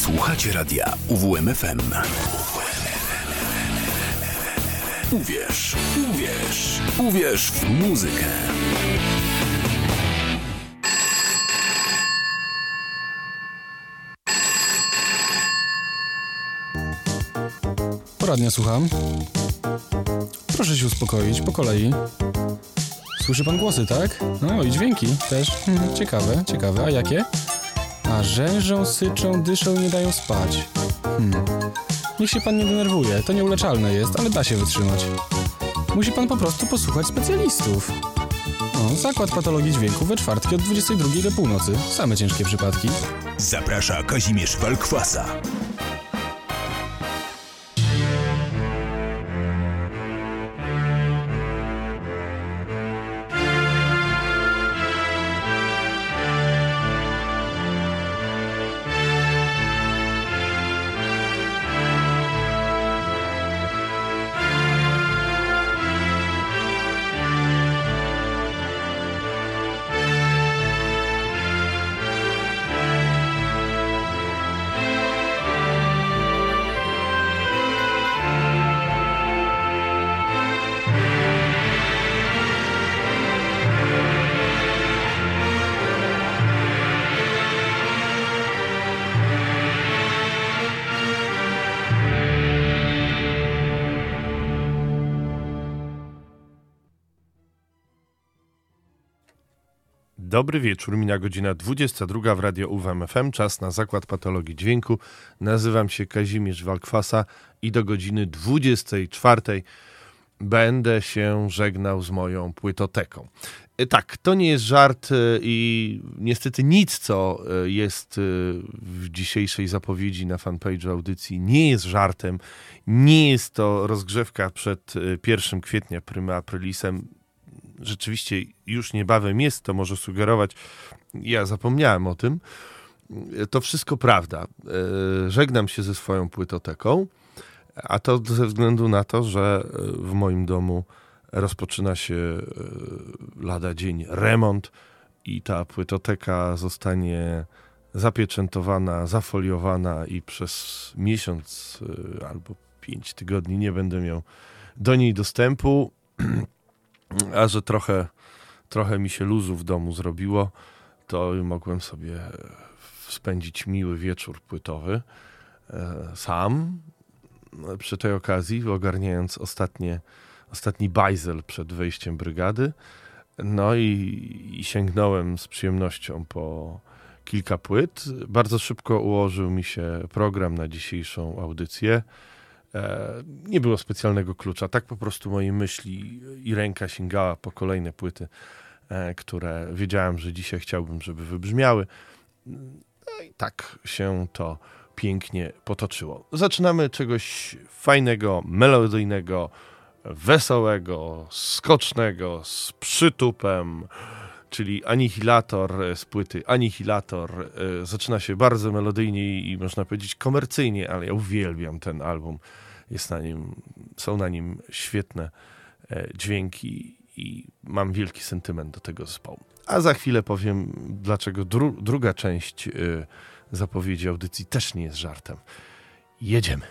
Słuchacie radia UWMFM. Uwierz, uwierz, uwierz w muzykę. Poradnia, słucham. Proszę się uspokoić, po kolei. Słyszy pan głosy, tak? No i dźwięki też. Ciekawe. A jakie? A rzężą, syczą, dyszą i nie dają spać. Niech się pan nie denerwuje, to nieuleczalne jest, ale da się wytrzymać. Musi pan po prostu posłuchać specjalistów. Zakład Patologii Dźwięku we czwartki od 22 do północy. Same ciężkie przypadki. Zaprasza Kazimierz Walkwasa. Dobry wieczór, mina godzina 22 w Radio UWMFM, czas na Zakład Patologii Dźwięku. Nazywam się Kazimierz Walkwasa i do godziny 24 będę się żegnał z moją płytoteką. Tak, to nie jest żart i niestety nic, co jest w dzisiejszej zapowiedzi na fanpage'u audycji, nie jest żartem. Nie jest to rozgrzewka przed 1 kwietnia, prima aprilisem. Rzeczywiście już niebawem jest, to może sugerować, ja zapomniałem o tym. To wszystko prawda. Żegnam się ze swoją płytoteką, a to ze względu na to, że w moim domu rozpoczyna się lada dzień remont i ta płytoteka zostanie zapieczętowana, zafoliowana i przez miesiąc albo 5 tygodni nie będę miał do niej dostępu. A że trochę mi się luzu w domu zrobiło, to mogłem sobie spędzić miły wieczór płytowy sam przy tej okazji, ogarniając ostatni bajzel przed wejściem brygady. No i sięgnąłem z przyjemnością po kilka płyt. Bardzo szybko ułożył mi się program na dzisiejszą audycję. Nie było specjalnego klucza, tak po prostu moje myśli i ręka sięgała po kolejne płyty, które wiedziałem, że dzisiaj chciałbym, żeby wybrzmiały. No i tak się to pięknie potoczyło. Zaczynamy czegoś fajnego, melodyjnego, wesołego, skocznego, z przytupem, czyli Anihilator z płyty Anihilator. Zaczyna się bardzo melodyjnie i można powiedzieć komercyjnie, ale ja uwielbiam ten album. Są na nim świetne dźwięki i mam wielki sentyment do tego zespołu. A za chwilę powiem, dlaczego druga część zapowiedzi audycji też nie jest żartem. Jedziemy.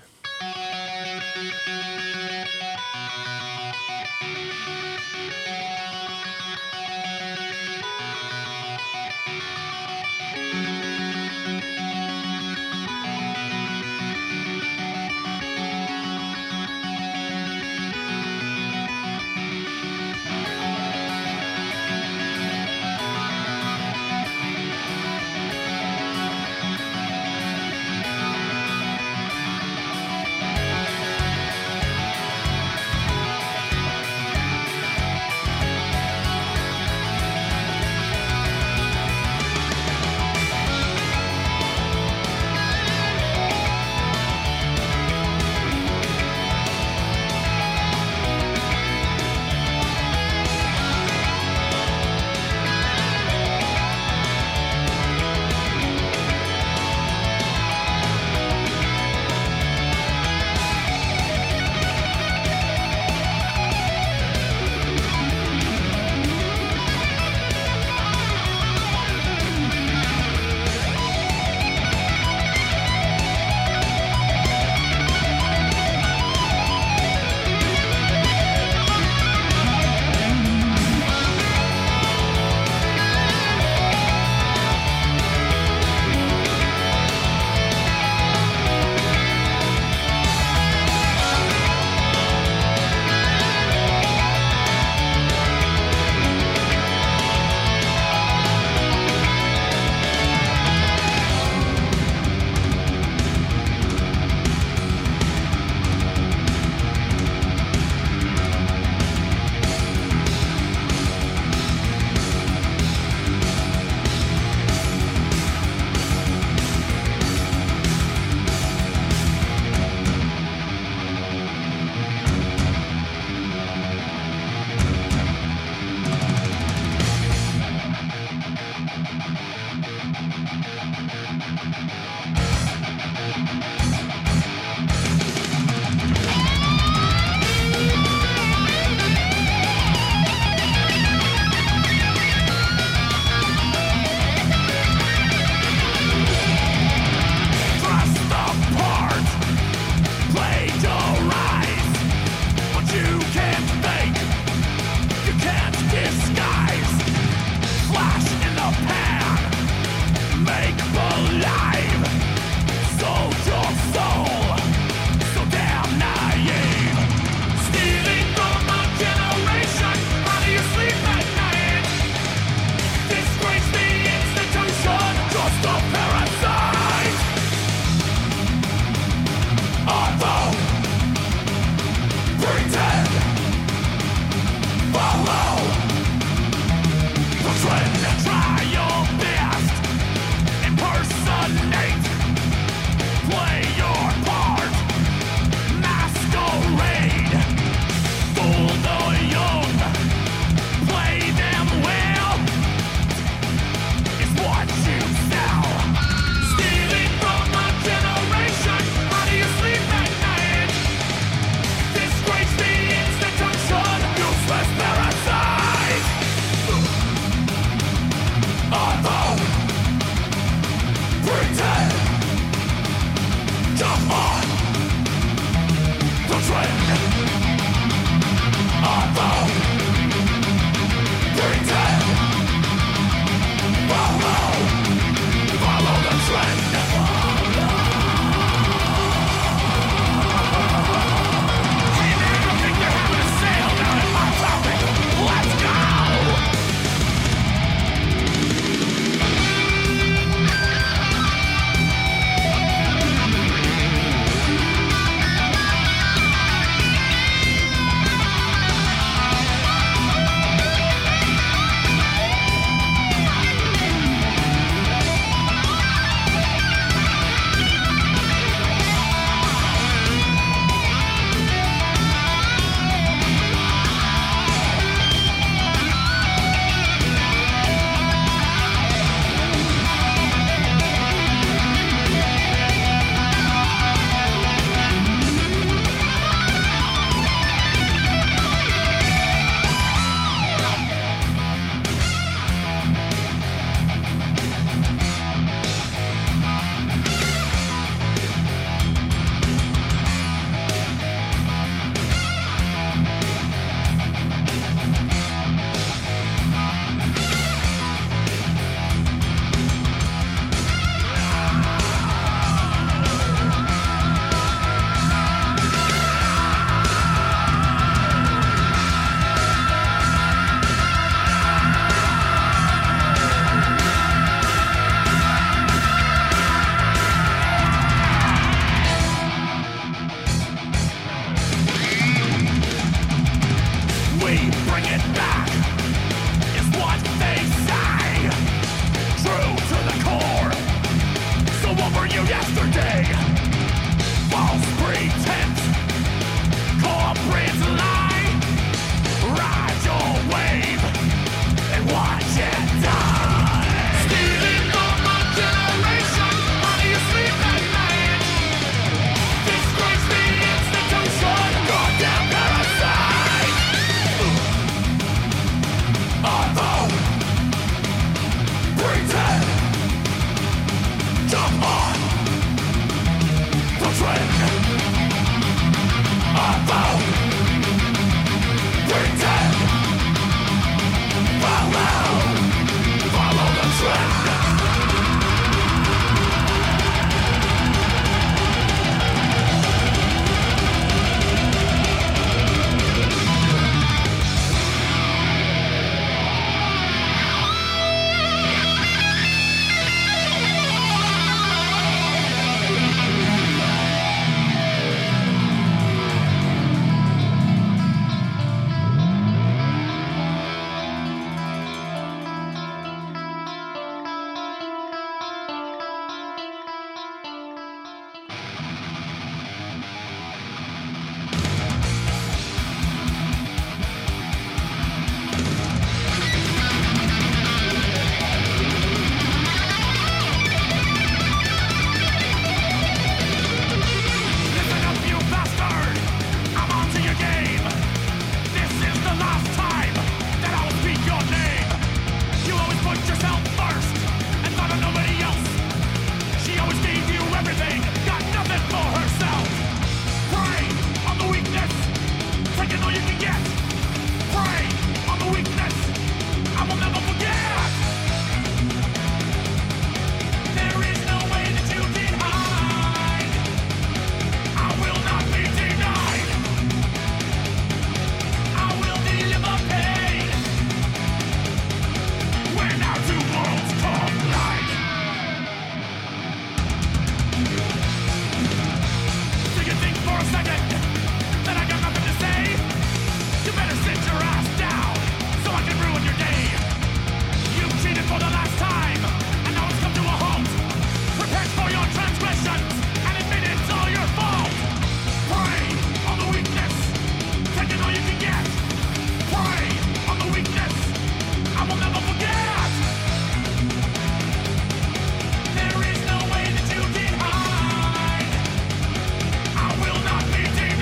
Be denied. I will not be denied.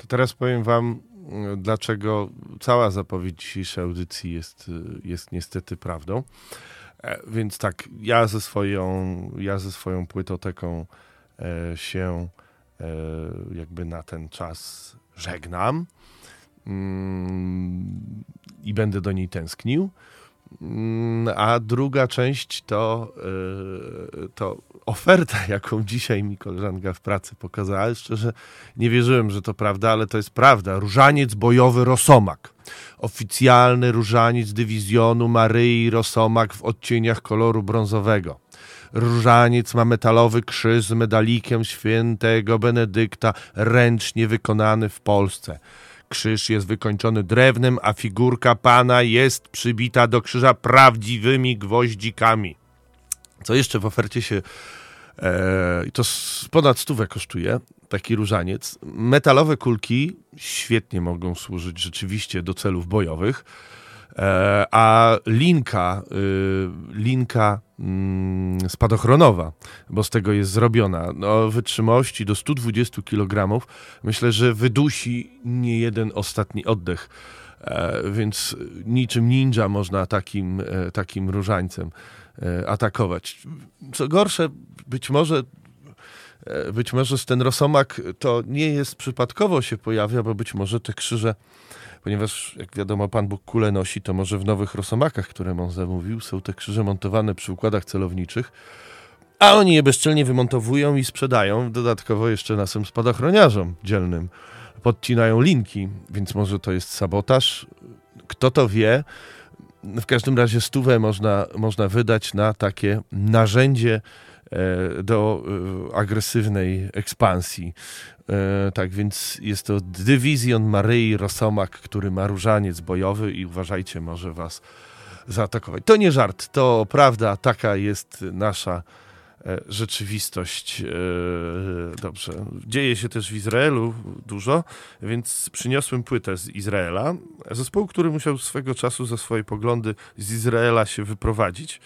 To teraz powiem wam, dlaczego cała zapowiedź dzisiejszej audycji jest niestety prawdą. Więc tak, ja ze swoją płytoteką się jakby na ten czas żegnam i będę do niej tęsknił. A druga część to oferta, jaką dzisiaj mi koleżanka w pracy pokazała. Szczerze nie wierzyłem, że to prawda, ale to jest prawda. Różaniec bojowy Rosomak. Oficjalny różaniec dywizjonu Maryi Rosomak w odcieniach koloru brązowego. Różaniec ma metalowy krzyż z medalikiem świętego Benedykta, ręcznie wykonany w Polsce. Krzyż jest wykończony drewnem, a figurka Pana jest przybita do krzyża prawdziwymi gwoździkami. Co jeszcze w ofercie się... to ponad 100 kosztuje taki różaniec. Metalowe kulki świetnie mogą służyć rzeczywiście do celów bojowych, a linka spadochronowa, bo z tego jest zrobiona, wytrzymałości do 120 kg, myślę, że wydusi niejeden ostatni oddech, więc niczym ninja można takim różańcem atakować. Co gorsze, być może ten Rosomak to nie jest przypadkowo się pojawia, bo być może te krzyże, ponieważ jak wiadomo Pan Bóg kulę nosi, to może w nowych Rosomakach, które on zamówił, są te krzyże montowane przy układach celowniczych, a oni je bezczelnie wymontowują i sprzedają, dodatkowo jeszcze naszym spadochroniarzom dzielnym podcinają linki, więc może to jest sabotaż, kto to wie. W każdym razie 100 można wydać na takie narzędzie do agresywnej ekspansji. Tak więc jest to dywizjon Maryi Rosomak, który ma różaniec bojowy i uważajcie, może was zaatakować. To nie żart, to prawda, taka jest nasza rzeczywistość. Dobrze. Dzieje się też w Izraelu dużo, więc przyniosłem płytę z Izraela. Zespołu, który musiał swego czasu za swoje poglądy z Izraela się wyprowadzić,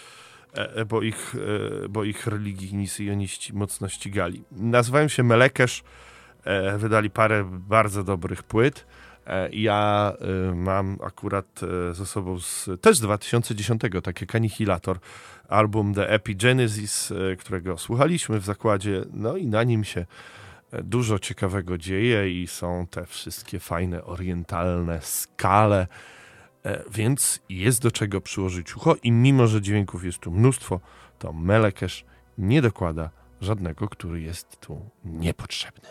bo ich religijni syjoniści mocno ścigali. Nazywałem się Melekesz, wydali parę bardzo dobrych płyt. Ja mam akurat ze sobą też z 2010 takie Kanihilator, album The Epigenesis, którego słuchaliśmy w zakładzie, no i na nim się dużo ciekawego dzieje i są te wszystkie fajne orientalne skale, więc jest do czego przyłożyć ucho i mimo, że dźwięków jest tu mnóstwo, to Melekesz nie dokłada żadnego, który jest tu niepotrzebny.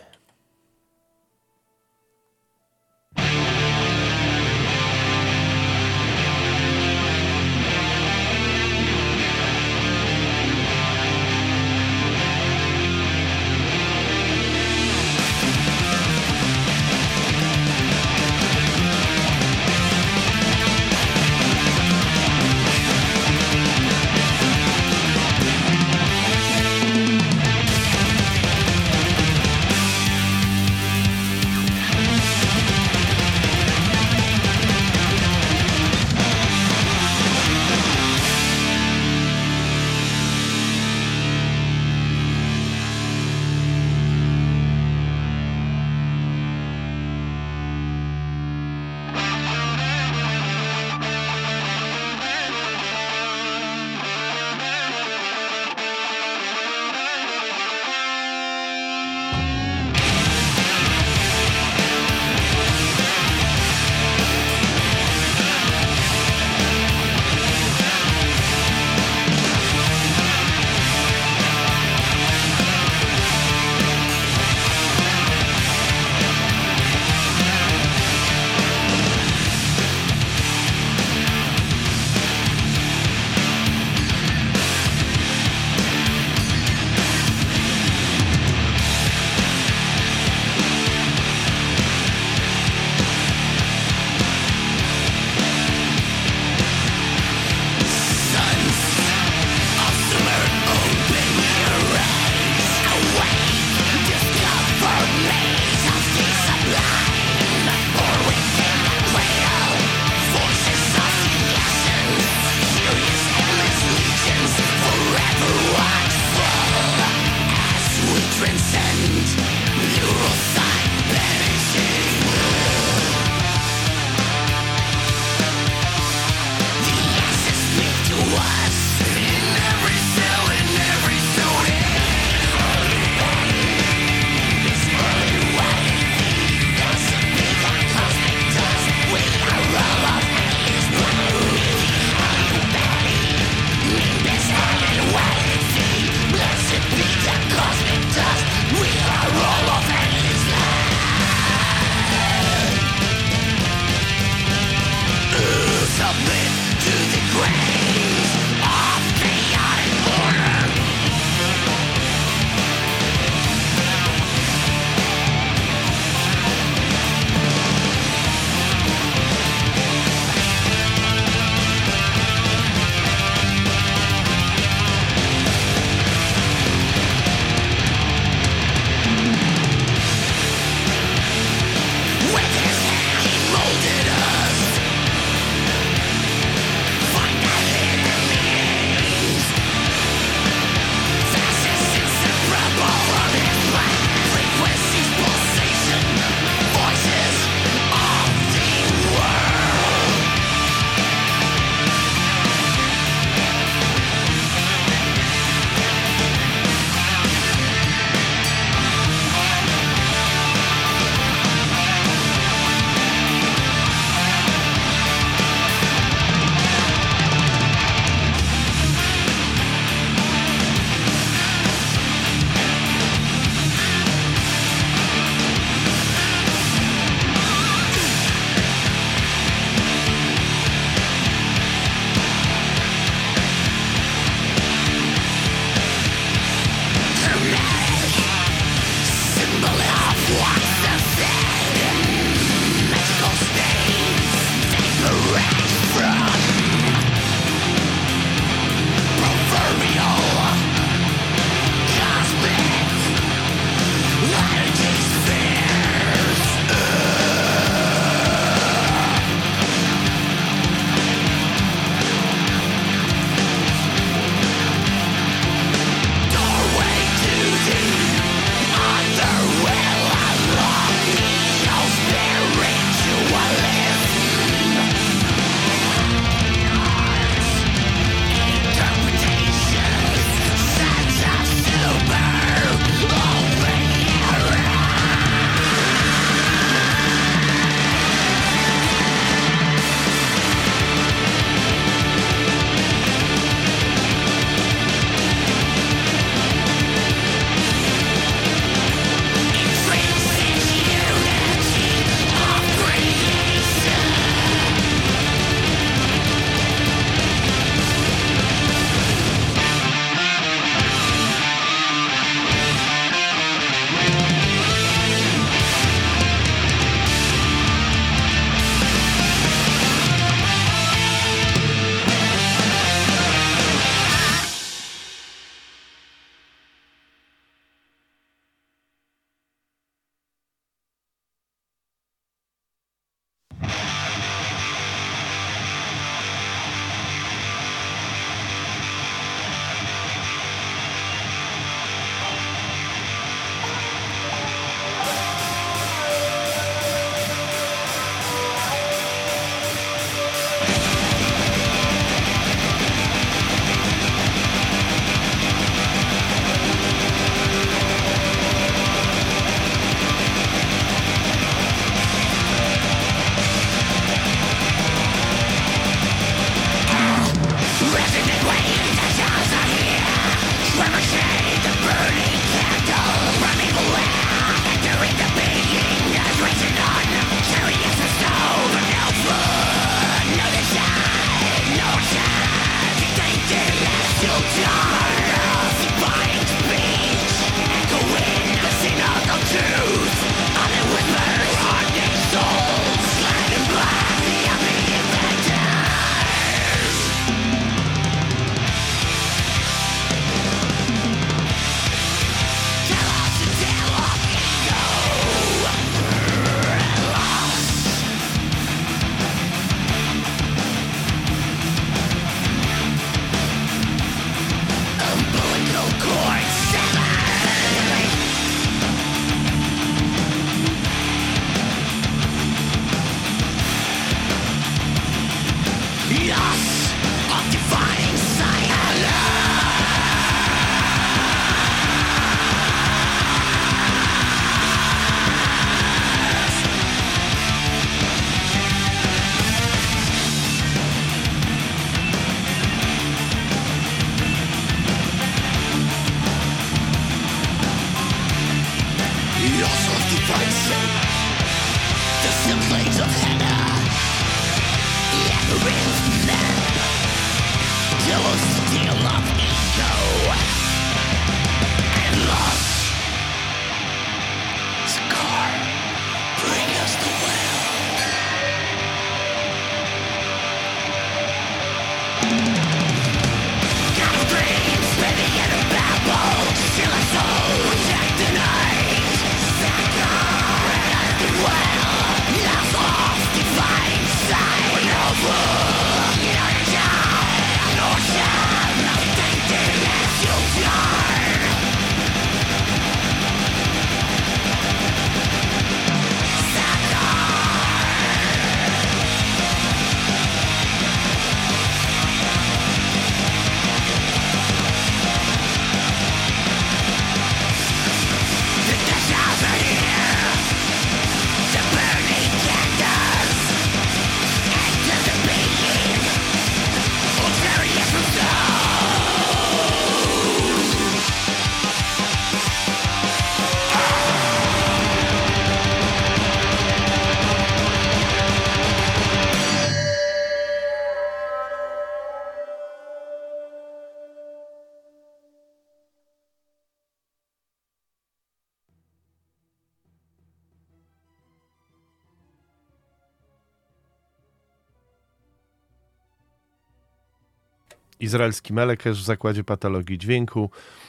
Izraelski Melekesz w Zakładzie Patologii Dźwięku.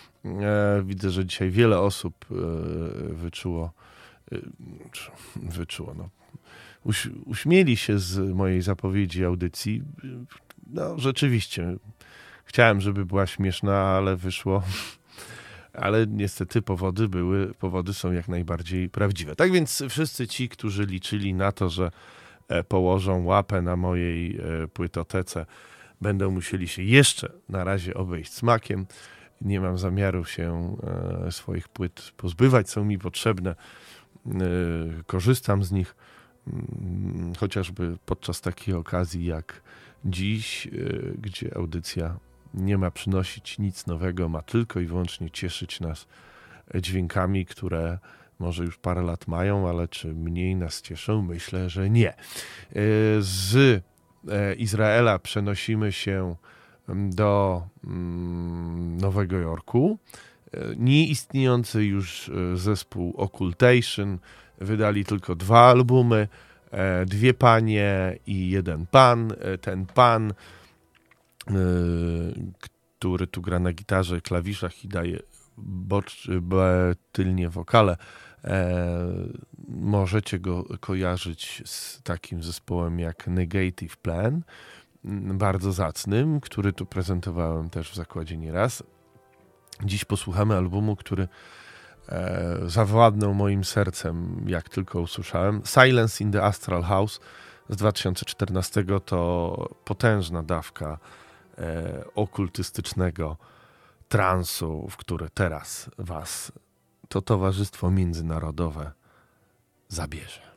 Widzę, że dzisiaj wiele osób uśmieli się z mojej zapowiedzi audycji. No rzeczywiście, chciałem, żeby była śmieszna, ale wyszło. Ale niestety powody są jak najbardziej prawdziwe. Tak więc wszyscy ci, którzy liczyli na to, że położą łapę na mojej płytotece, będą musieli się jeszcze na razie obejść smakiem. Nie mam zamiaru się swoich płyt pozbywać, są mi potrzebne. Korzystam z nich, chociażby podczas takiej okazji jak dziś, gdzie audycja nie ma przynosić nic nowego, ma tylko i wyłącznie cieszyć nas dźwiękami, które może już parę lat mają, ale czy mniej nas cieszą? Myślę, że nie. Z Izraela przenosimy się do Nowego Jorku. Nieistniejący już zespół Occultation wydali tylko 2 albumy, 2 panie i 1 pan. Ten pan, który tu gra na gitarze, klawiszach i daje tylnie wokale, możecie go kojarzyć z takim zespołem jak Negative Plan, bardzo zacnym, który tu prezentowałem też w zakładzie nieraz. Dziś posłuchamy albumu, który zawładnął moim sercem, jak tylko usłyszałem. Silence in the Astral House z 2014 to potężna dawka okultystycznego transu, w które teraz was to Towarzystwo Międzynarodowe zabierze.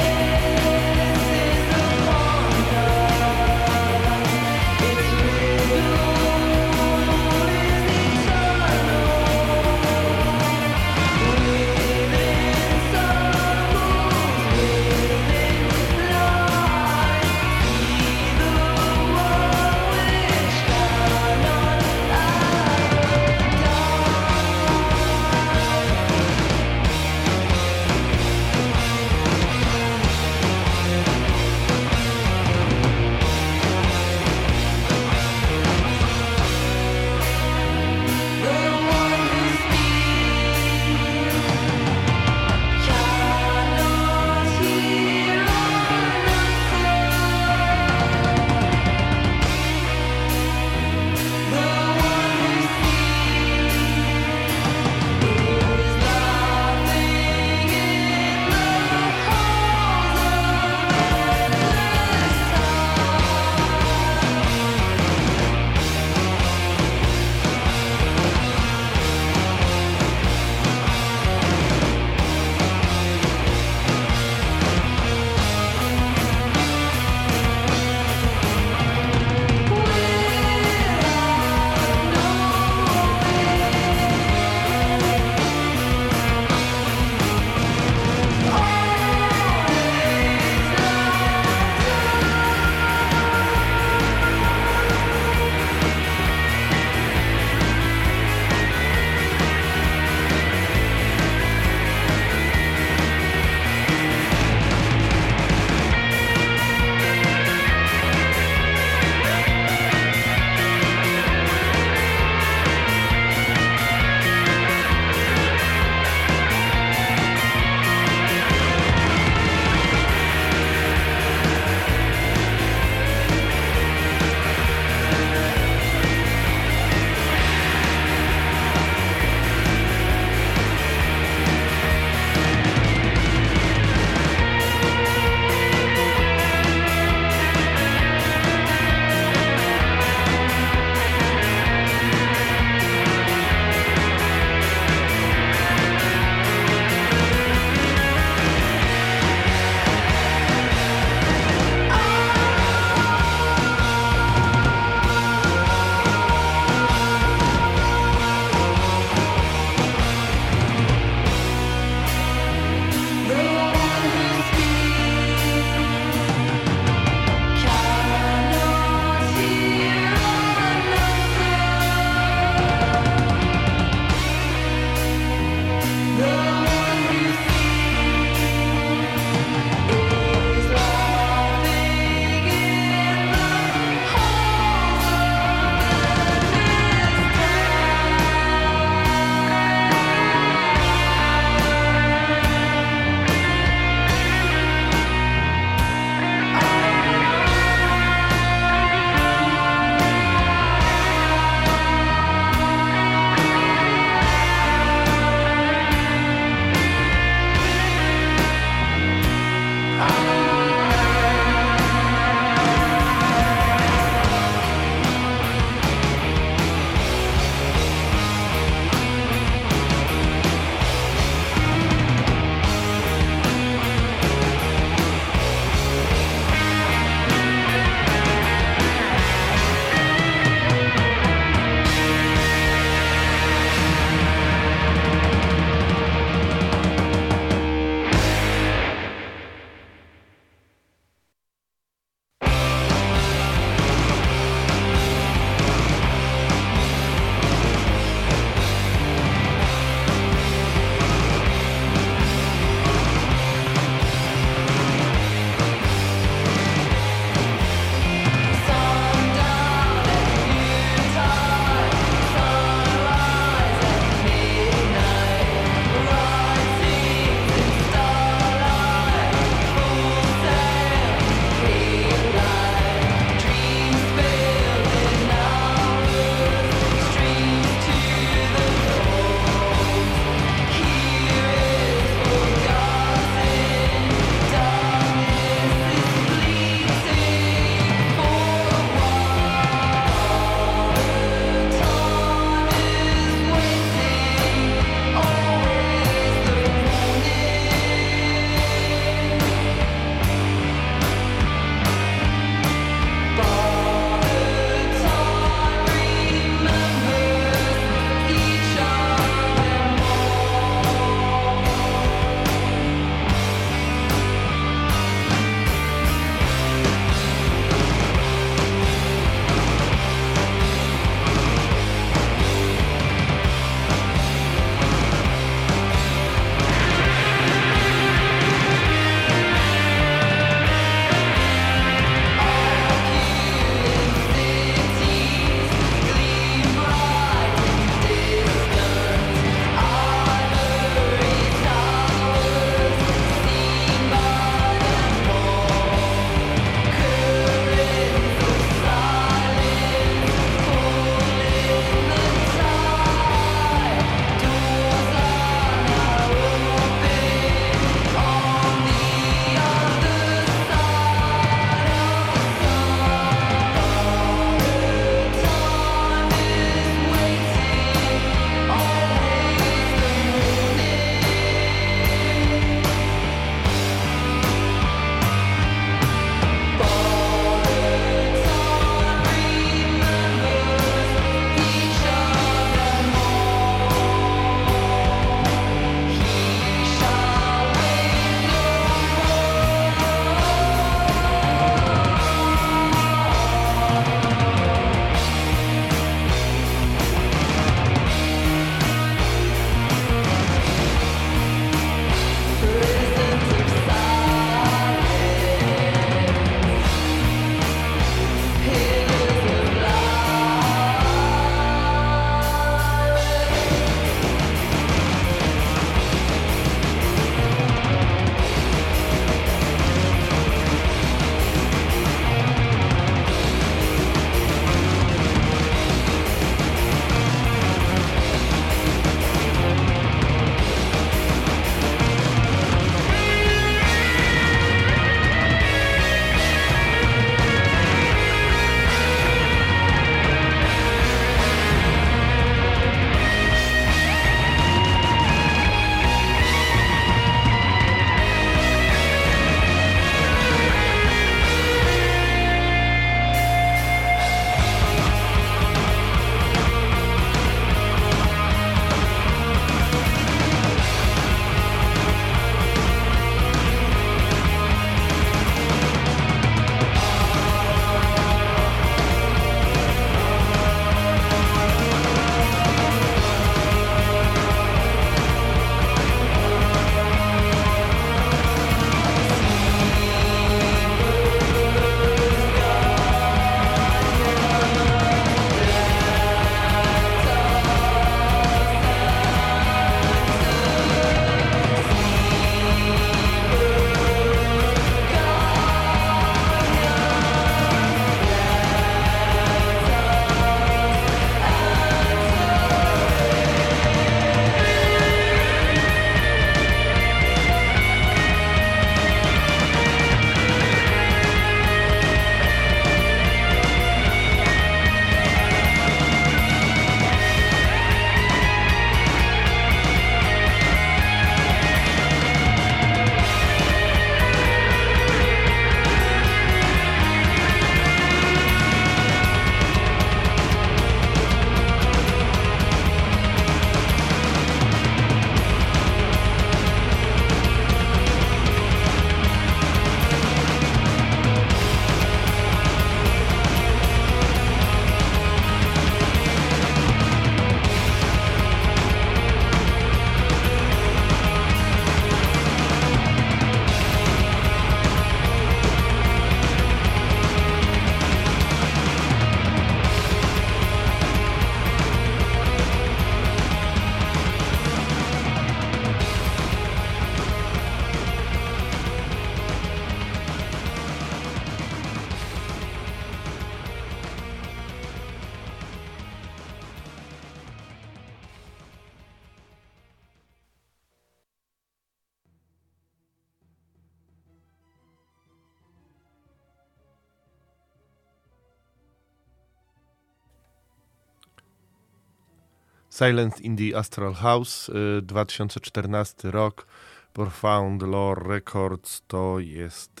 Silence in the Astral House, 2014 rok, Profound Lore Records, to jest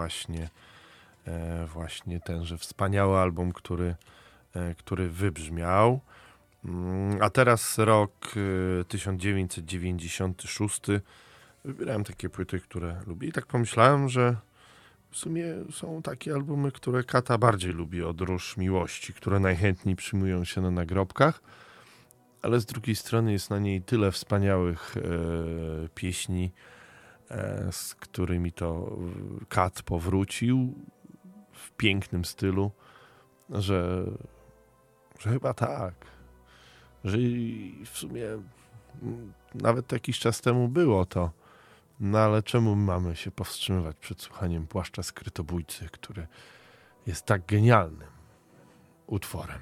właśnie tenże wspaniały album, który wybrzmiał. A teraz rok 1996. Wybierałem takie płyty, które lubię i tak pomyślałem, że w sumie są takie albumy, które Kata bardziej lubi od Róż Miłości, które najchętniej przyjmują się na nagrobkach, ale z drugiej strony jest na niej tyle wspaniałych pieśni, z którymi to Kat powrócił w pięknym stylu, że chyba tak, że w sumie nawet jakiś czas temu było to. No ale czemu mamy się powstrzymywać przed słuchaniem Płaszcza Skrytobójcy, który jest tak genialnym utworem.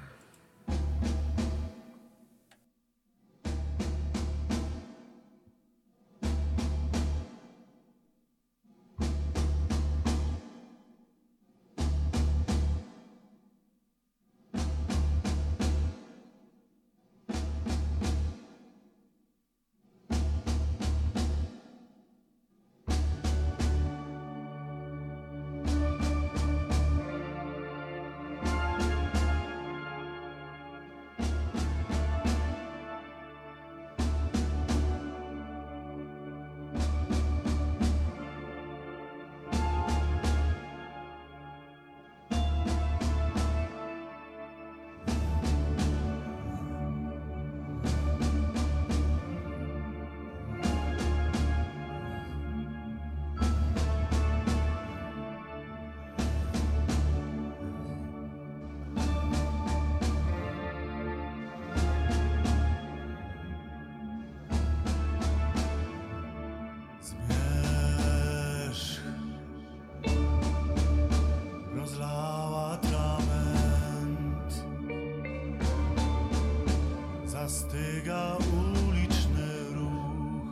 Zastyga uliczny ruch,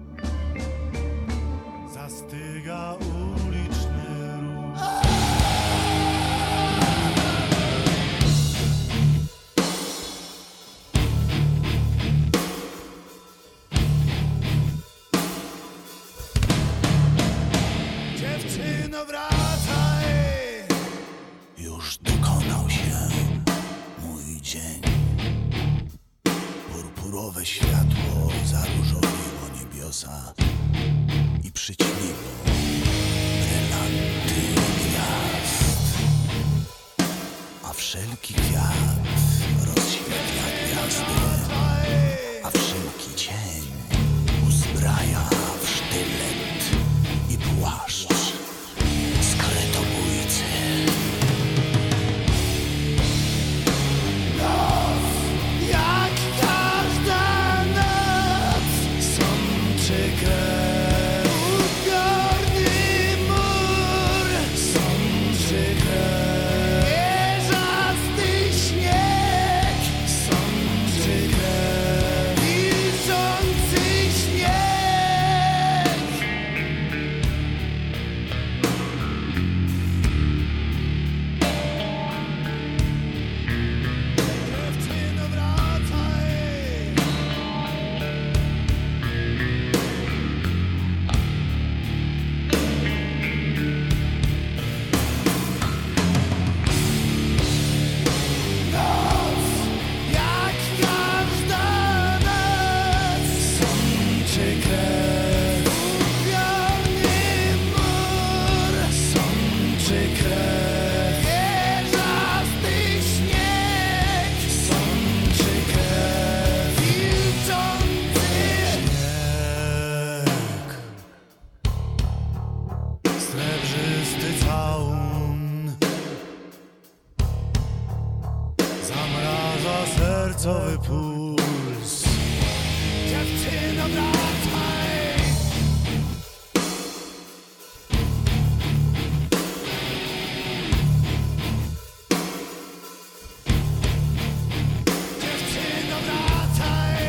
zastyga uliczny ruch. Dziewczyno, wracaj! Już dokonał się mój dzień. Purpurowe światło zaróżowiło niebiosa i przyćmiło brylanty gwiazd, a wszelki kwiat rozświetla gwiazdy, a wszelki cień uzbraja w sztylet i płaszcz skrytobójcy. Sercowy puls. Dziewczyno, wracaj! Dziewczyno, wracaj!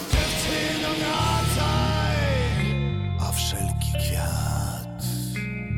Dziewczyno, wracaj! A wszelki kwiat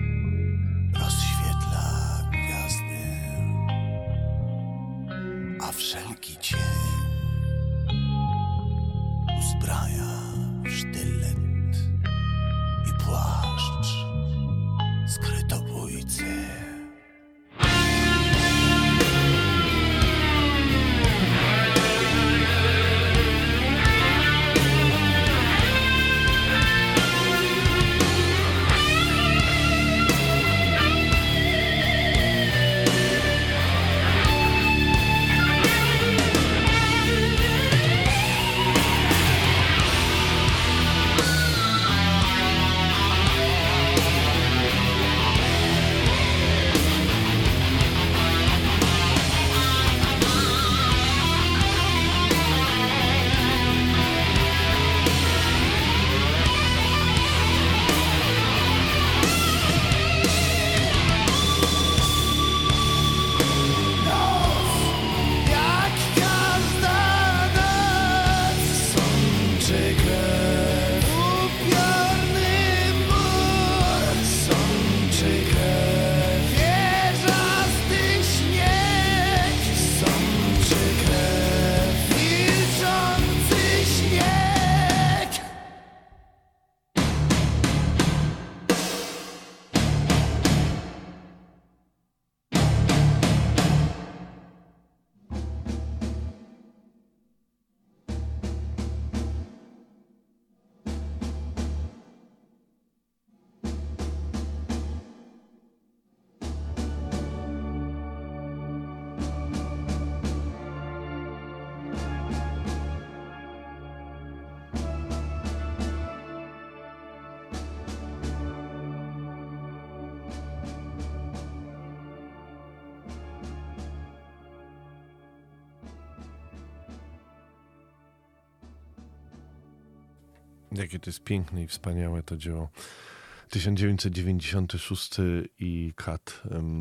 Jakie to jest piękne i wspaniałe to dzieło. 1996 i Kat.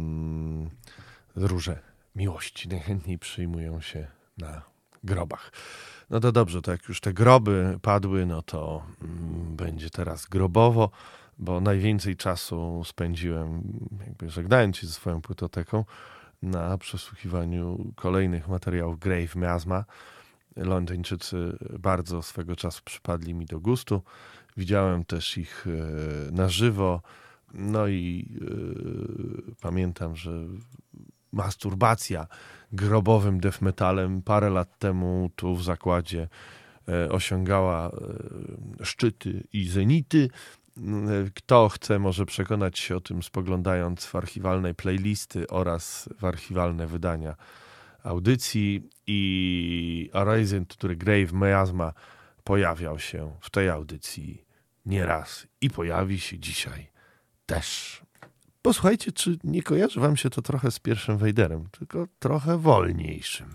Róże miłości najchętniej przyjmują się na grobach. No to dobrze, to jak już te groby padły, no to będzie teraz grobowo, bo najwięcej czasu spędziłem, jakby żegnając się ze swoją płytoteką, na przesłuchiwaniu kolejnych materiałów Grave Miasma. Londyńczycy bardzo swego czasu przypadli mi do gustu. Widziałem też ich na żywo. No i pamiętam, że masturbacja grobowym death metalem parę lat temu tu w zakładzie osiągała szczyty i zenity. Kto chce, może przekonać się o tym, spoglądając w archiwalne playlisty oraz w archiwalne wydania audycji. I Horizon, który Grave Miasma pojawiał się w tej audycji nieraz i pojawi się dzisiaj też. Posłuchajcie, czy nie kojarzy wam się to trochę z pierwszym Wejderem, tylko trochę wolniejszym.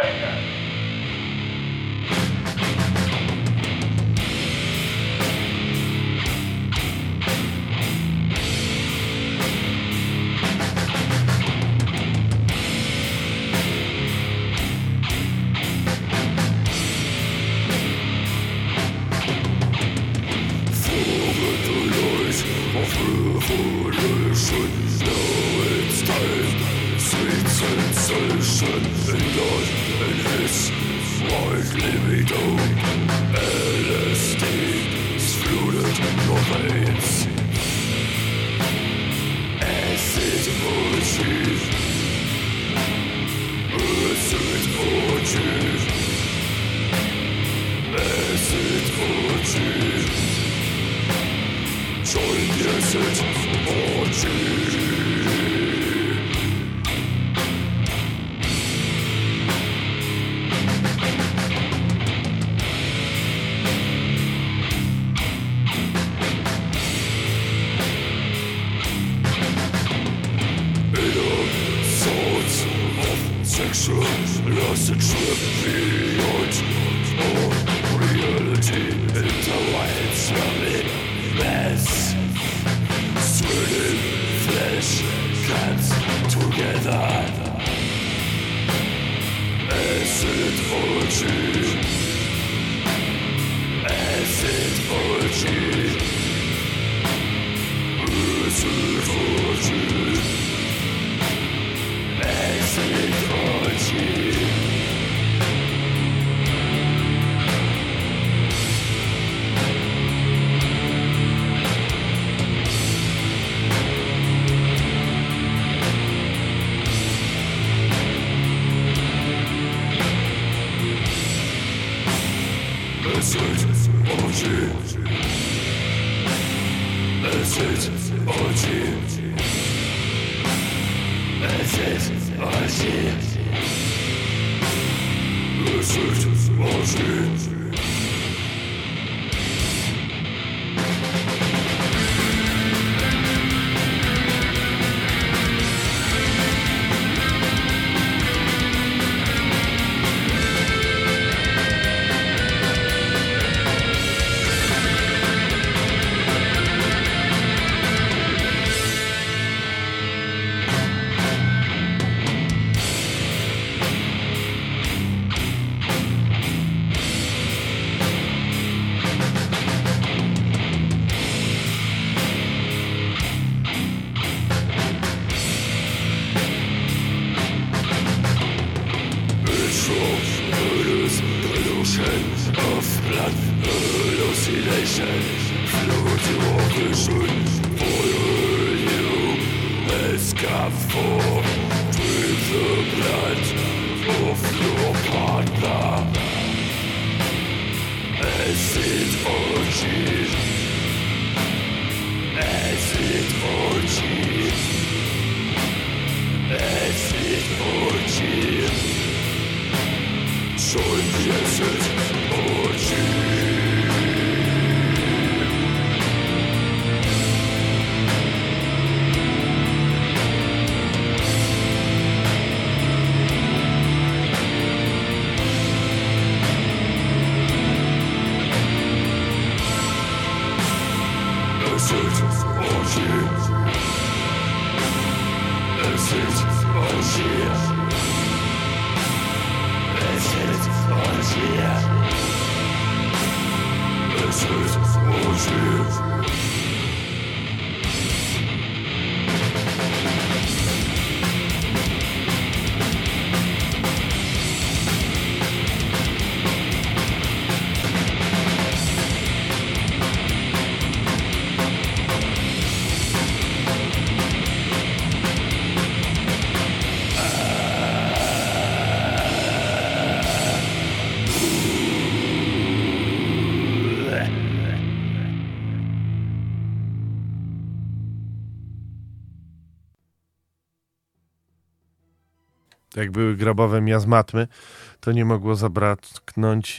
Jak były grobowe miazmatmy, to nie mogło zabraknąć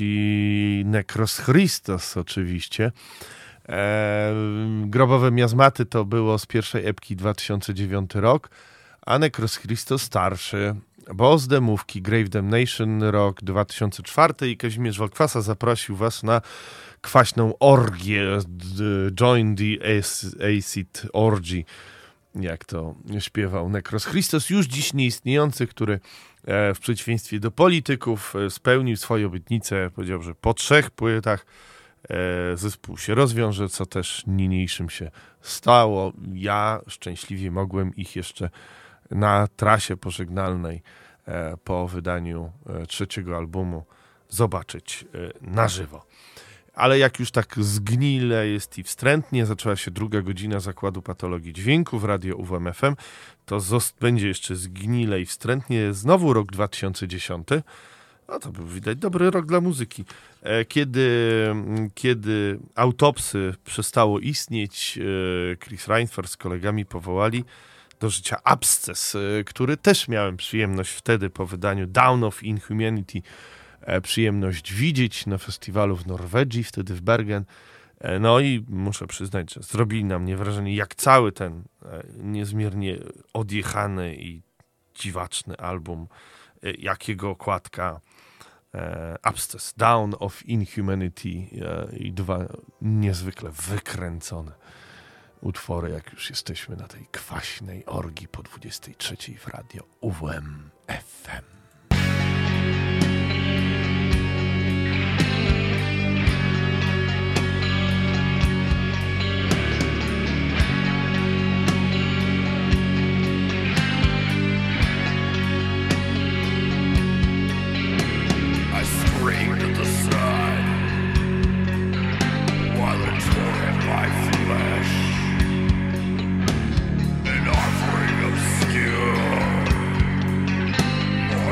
i Necros Christos oczywiście. Grobowe miazmaty to było z pierwszej epki 2009 rok, a Necros Christos starszy, bo z demówki Grave Damnation, rok 2004 i Kazimierz Walkwasa zaprosił was na kwaśną orgię, Join the Acid Orgy, jak to śpiewał Necros Christos, już dziś nieistniejący, który w przeciwieństwie do polityków spełnił swoje obietnice, powiedział, że po 3 płytach zespół się rozwiąże, co też niniejszym się stało. Ja szczęśliwie mogłem ich jeszcze na trasie pożegnalnej po wydaniu 3. albumu zobaczyć na żywo. Ale jak już tak zgnile jest i wstrętnie zaczęła się 2. godzina Zakładu Patologii Dźwięku w Radio UWM-FM, to będzie jeszcze zgnile i wstrętnie znowu rok 2010. No to był widać dobry rok dla muzyki. Kiedy Autopsy przestało istnieć, Chris Reinfeldt z kolegami powołali do życia Absces, który też miałem przyjemność wtedy po wydaniu Dawn of Inhumanity przyjemność widzieć na festiwalu w Norwegii, wtedy w Bergen. No i muszę przyznać, że zrobili na mnie wrażenie, jak cały ten niezmiernie odjechany i dziwaczny album, jak jego okładka Absces, Dawn of Inhumanity i 2 niezwykle wykręcone utwory, jak już jesteśmy na tej kwaśnej orgii po 23 w Radio UWM-FM. An offering of skill.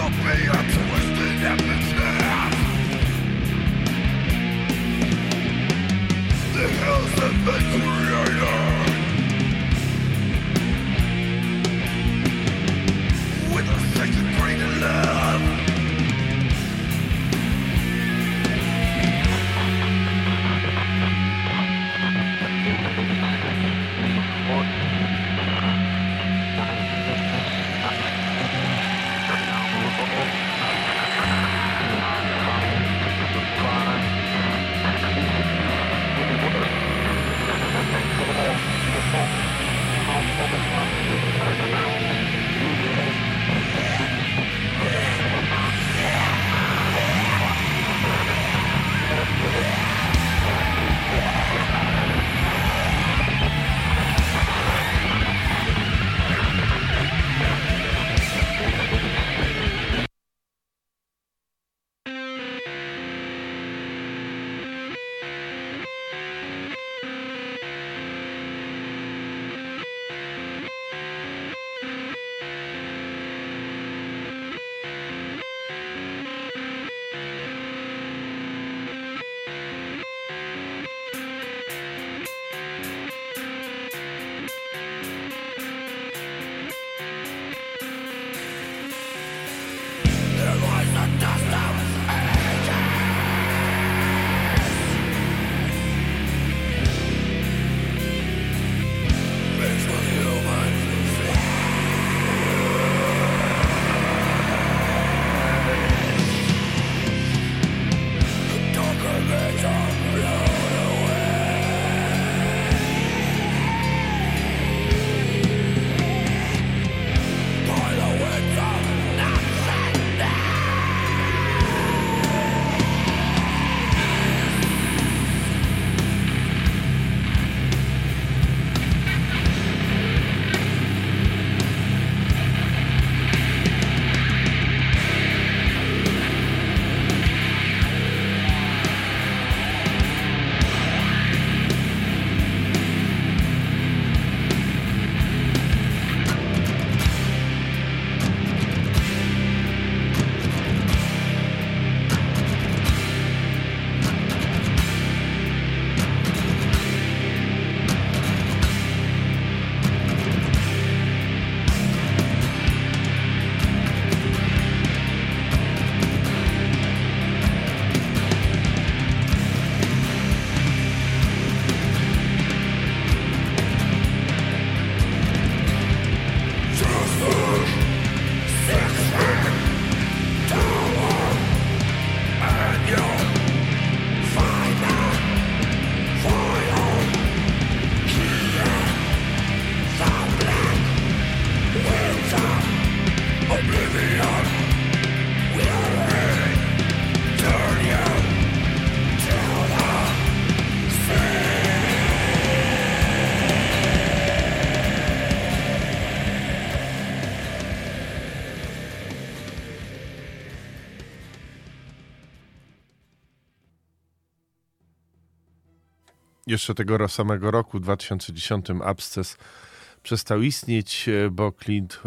Jeszcze tego samego roku, w 2010, Absces przestał istnieć, bo Clint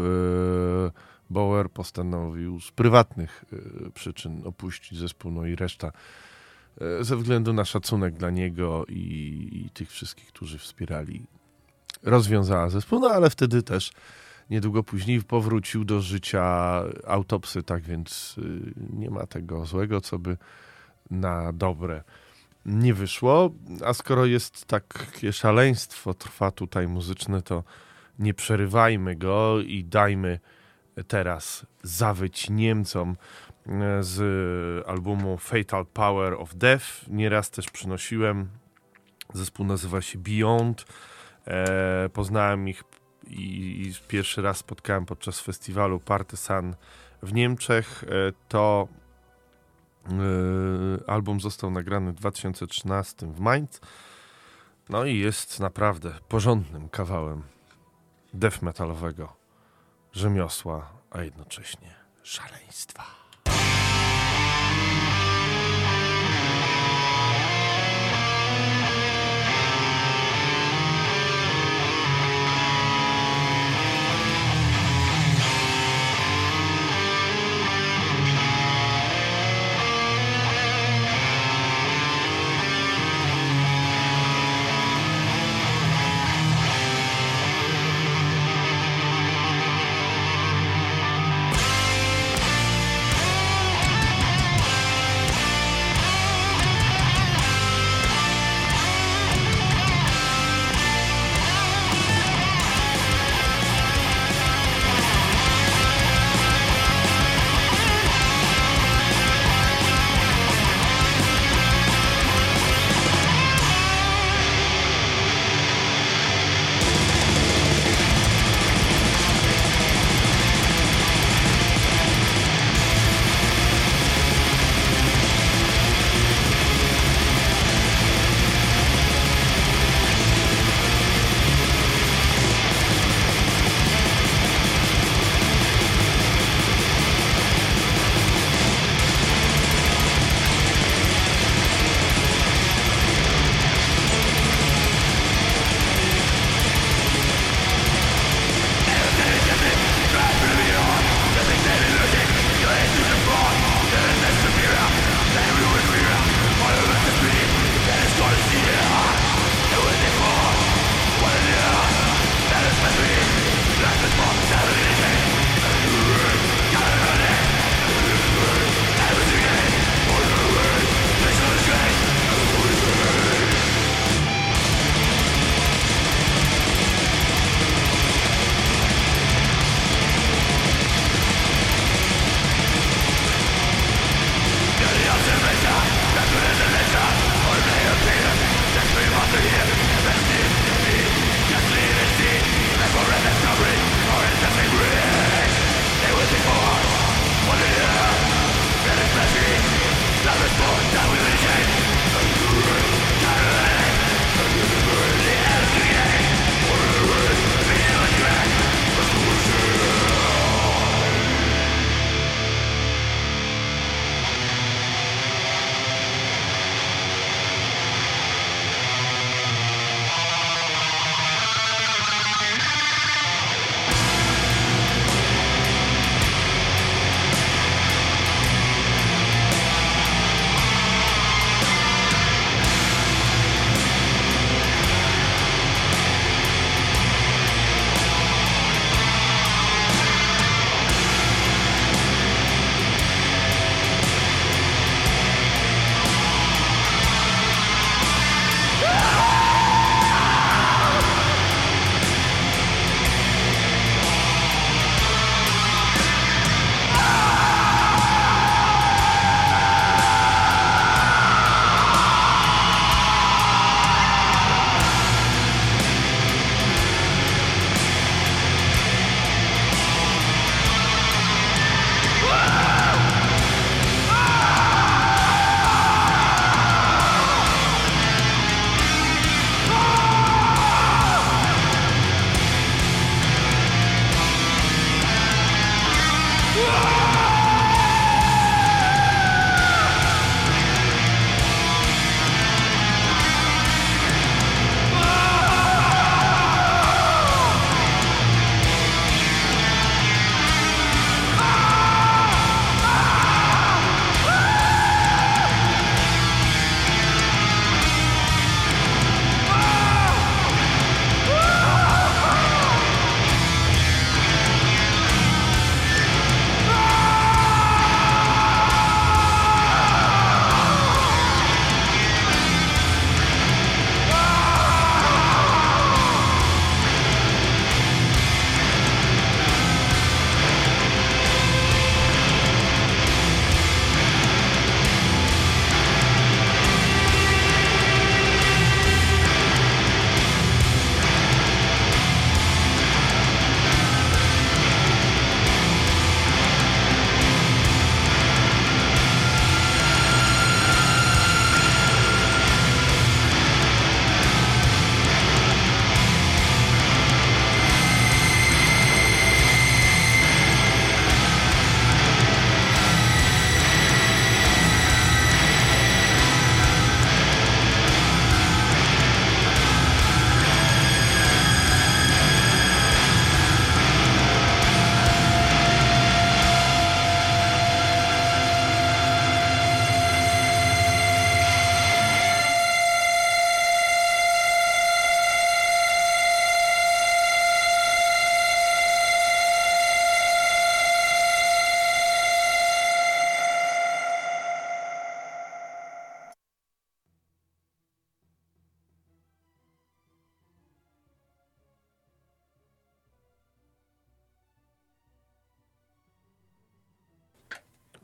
Bauer postanowił z prywatnych przyczyn opuścić zespół, no i reszta ze względu na szacunek dla niego i tych wszystkich, którzy wspierali, rozwiązała zespół, no ale wtedy też niedługo później powrócił do życia autopsy, tak więc nie ma tego złego, co by na dobre nie wyszło. A skoro jest takie szaleństwo, trwa tutaj muzyczne, to nie przerywajmy go i dajmy teraz zawyć Niemcom z albumu Fatal Power of Death. Nieraz też przynosiłem. Zespół nazywa się Beyond. Poznałem ich i pierwszy raz spotkałem podczas festiwalu Partisan w Niemczech. To album został nagrany w 2013 w Mainz. No i jest naprawdę porządnym kawałem death metalowego rzemiosła, a jednocześnie szaleństwa.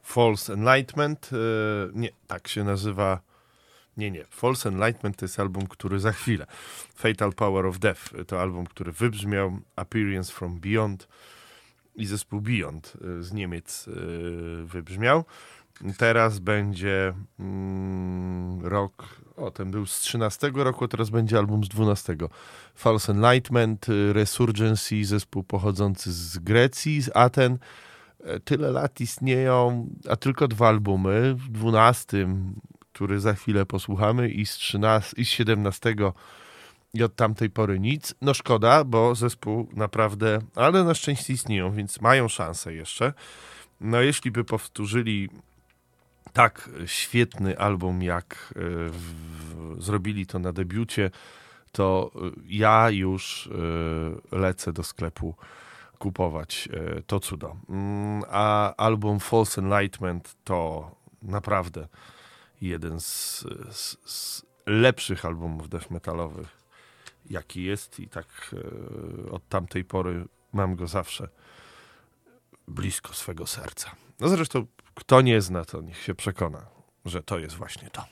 False Enlightenment. Nie, tak się nazywa. Nie. False Enlightenment to jest album, który za chwilę. Fatal Power of Death to album, który wybrzmiał. Appearance from Beyond i zespół Beyond z Niemiec wybrzmiał. Teraz będzie rok, ten był z 13 roku, a teraz będzie album z 12. False Enlightenment, Resurgency, zespół pochodzący z Grecji, z Aten. Tyle lat istnieją, a tylko 2 albumy. W 12, który za chwilę posłuchamy, i z 13, i z 17 i od tamtej pory nic. No szkoda, bo zespół naprawdę, ale na szczęście istnieją, więc mają szansę jeszcze. No jeśli by powtórzyli tak świetny album, jak zrobili to na debiucie, to ja już lecę do sklepu kupować to cudo. A album False Enlightenment to naprawdę jeden z lepszych albumów death metalowych, jaki jest, i tak od tamtej pory mam go zawsze blisko swego serca. No zresztą kto nie zna, to niech się przekona, że to jest właśnie to.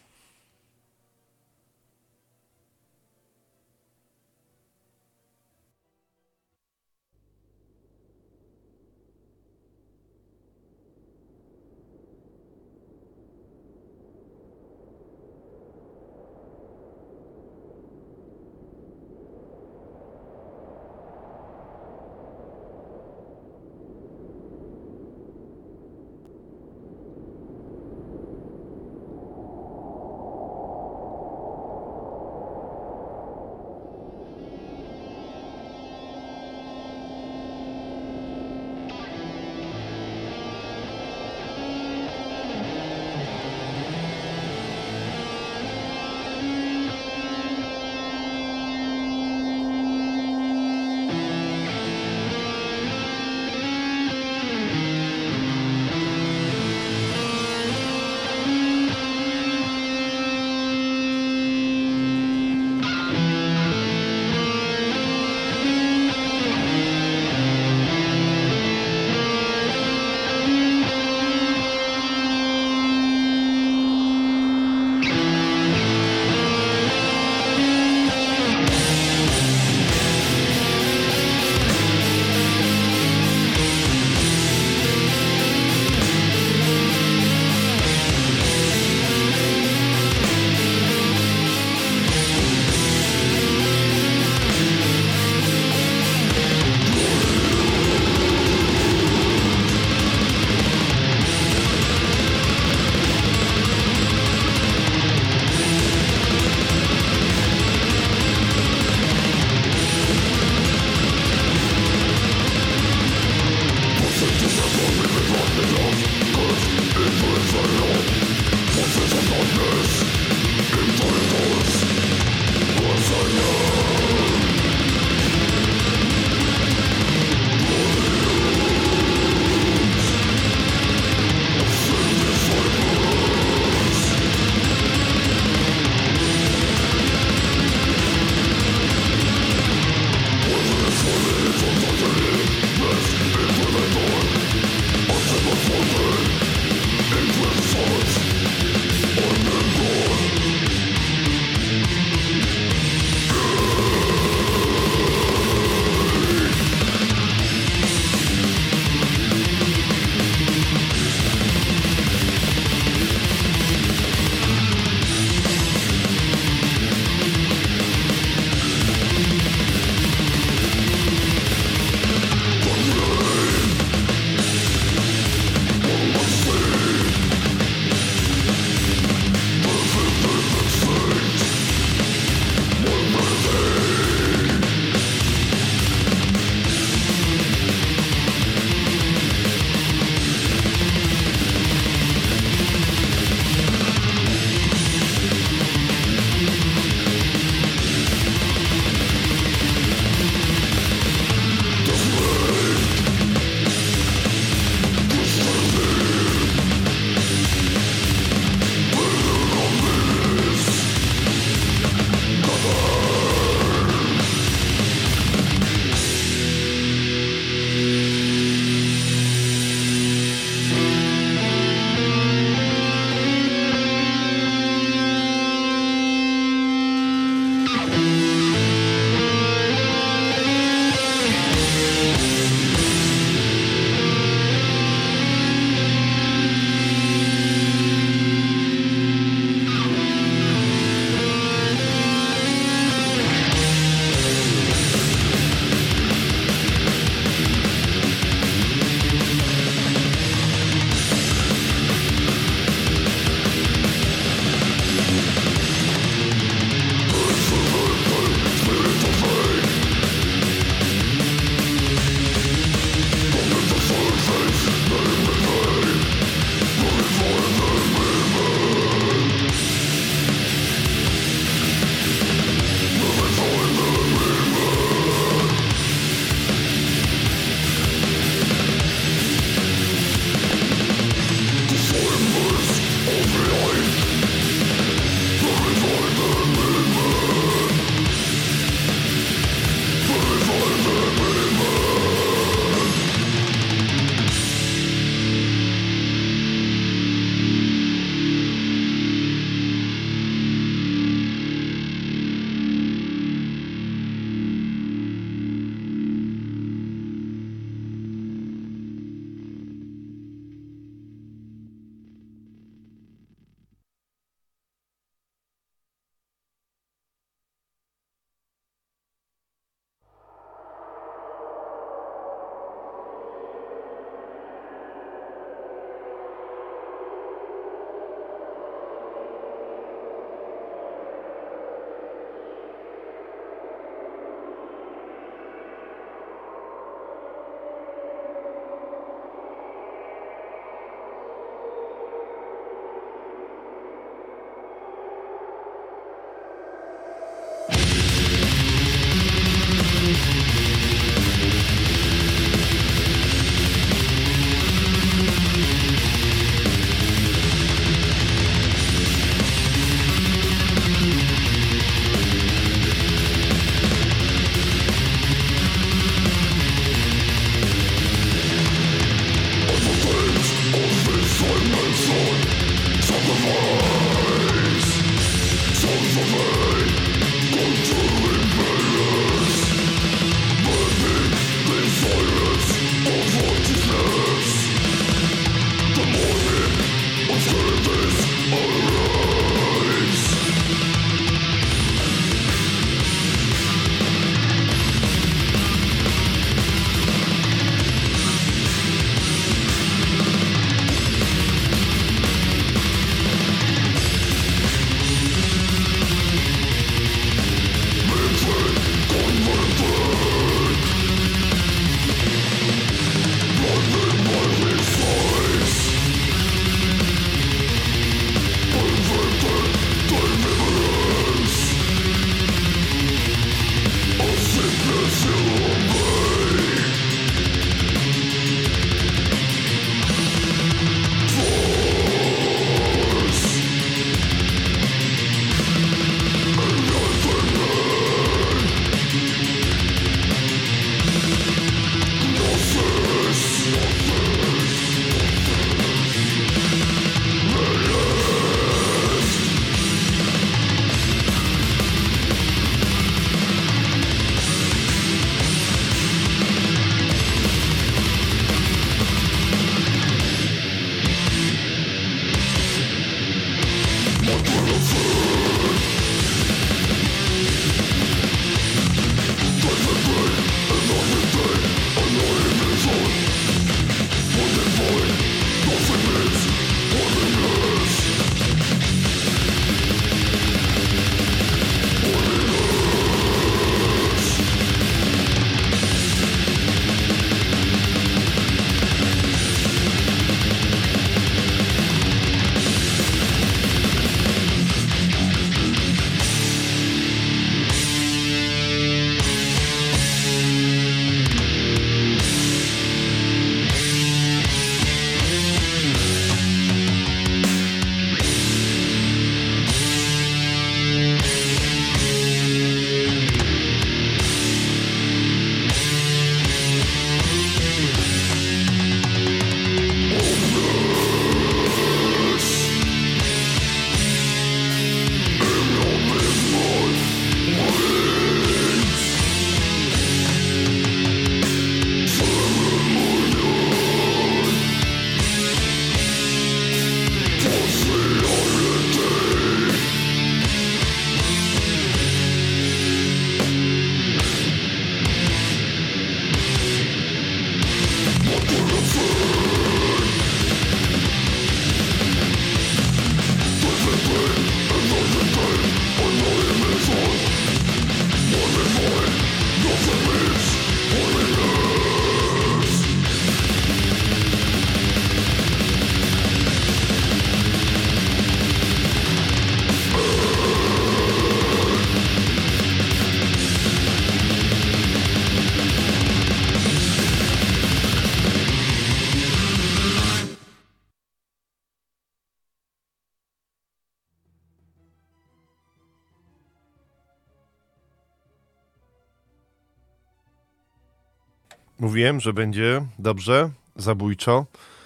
Mówiłem, że będzie dobrze, zabójczo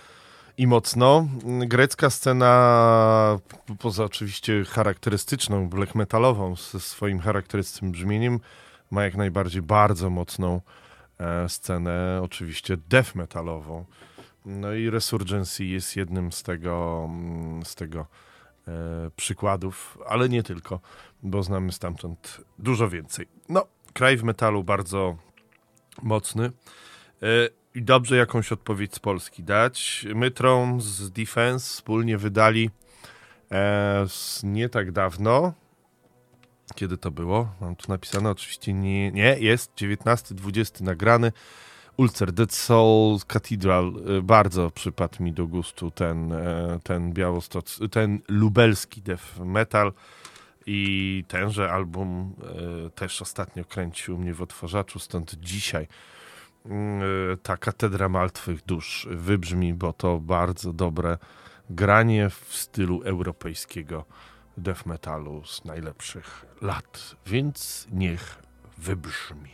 i mocno. Grecka scena, poza oczywiście charakterystyczną, black metalową, ze swoim charakterystycznym brzmieniem, ma jak najbardziej bardzo mocną scenę, oczywiście death metalową. No i Resurgency jest jednym z tego przykładów, ale nie tylko, bo znamy stamtąd dużo więcej. No, kraj w metalu bardzo mocny i dobrze jakąś odpowiedź z Polski dać. Mytron z Defense wspólnie wydali nie tak dawno. Kiedy to było? Mam tu napisane, oczywiście nie jest 19-20 nagrany. Ulcer, Dead Soul, Cathedral. Bardzo przypadł mi do gustu ten lubelski death metal. I tenże album też ostatnio kręcił mnie w odtwarzaczu, stąd dzisiaj ta Katedra Martwych Dusz wybrzmi, bo to bardzo dobre granie w stylu europejskiego death metalu z najlepszych lat, więc niech wybrzmi.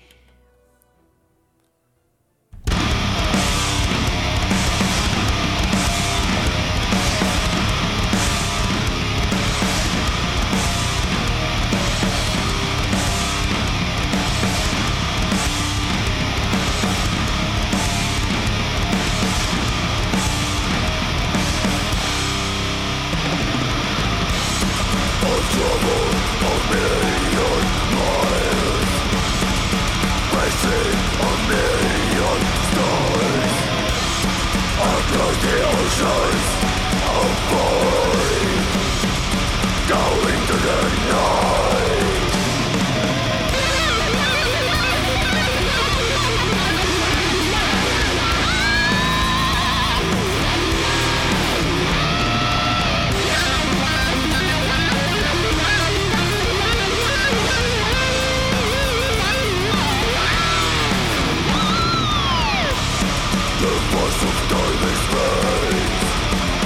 The force of time and space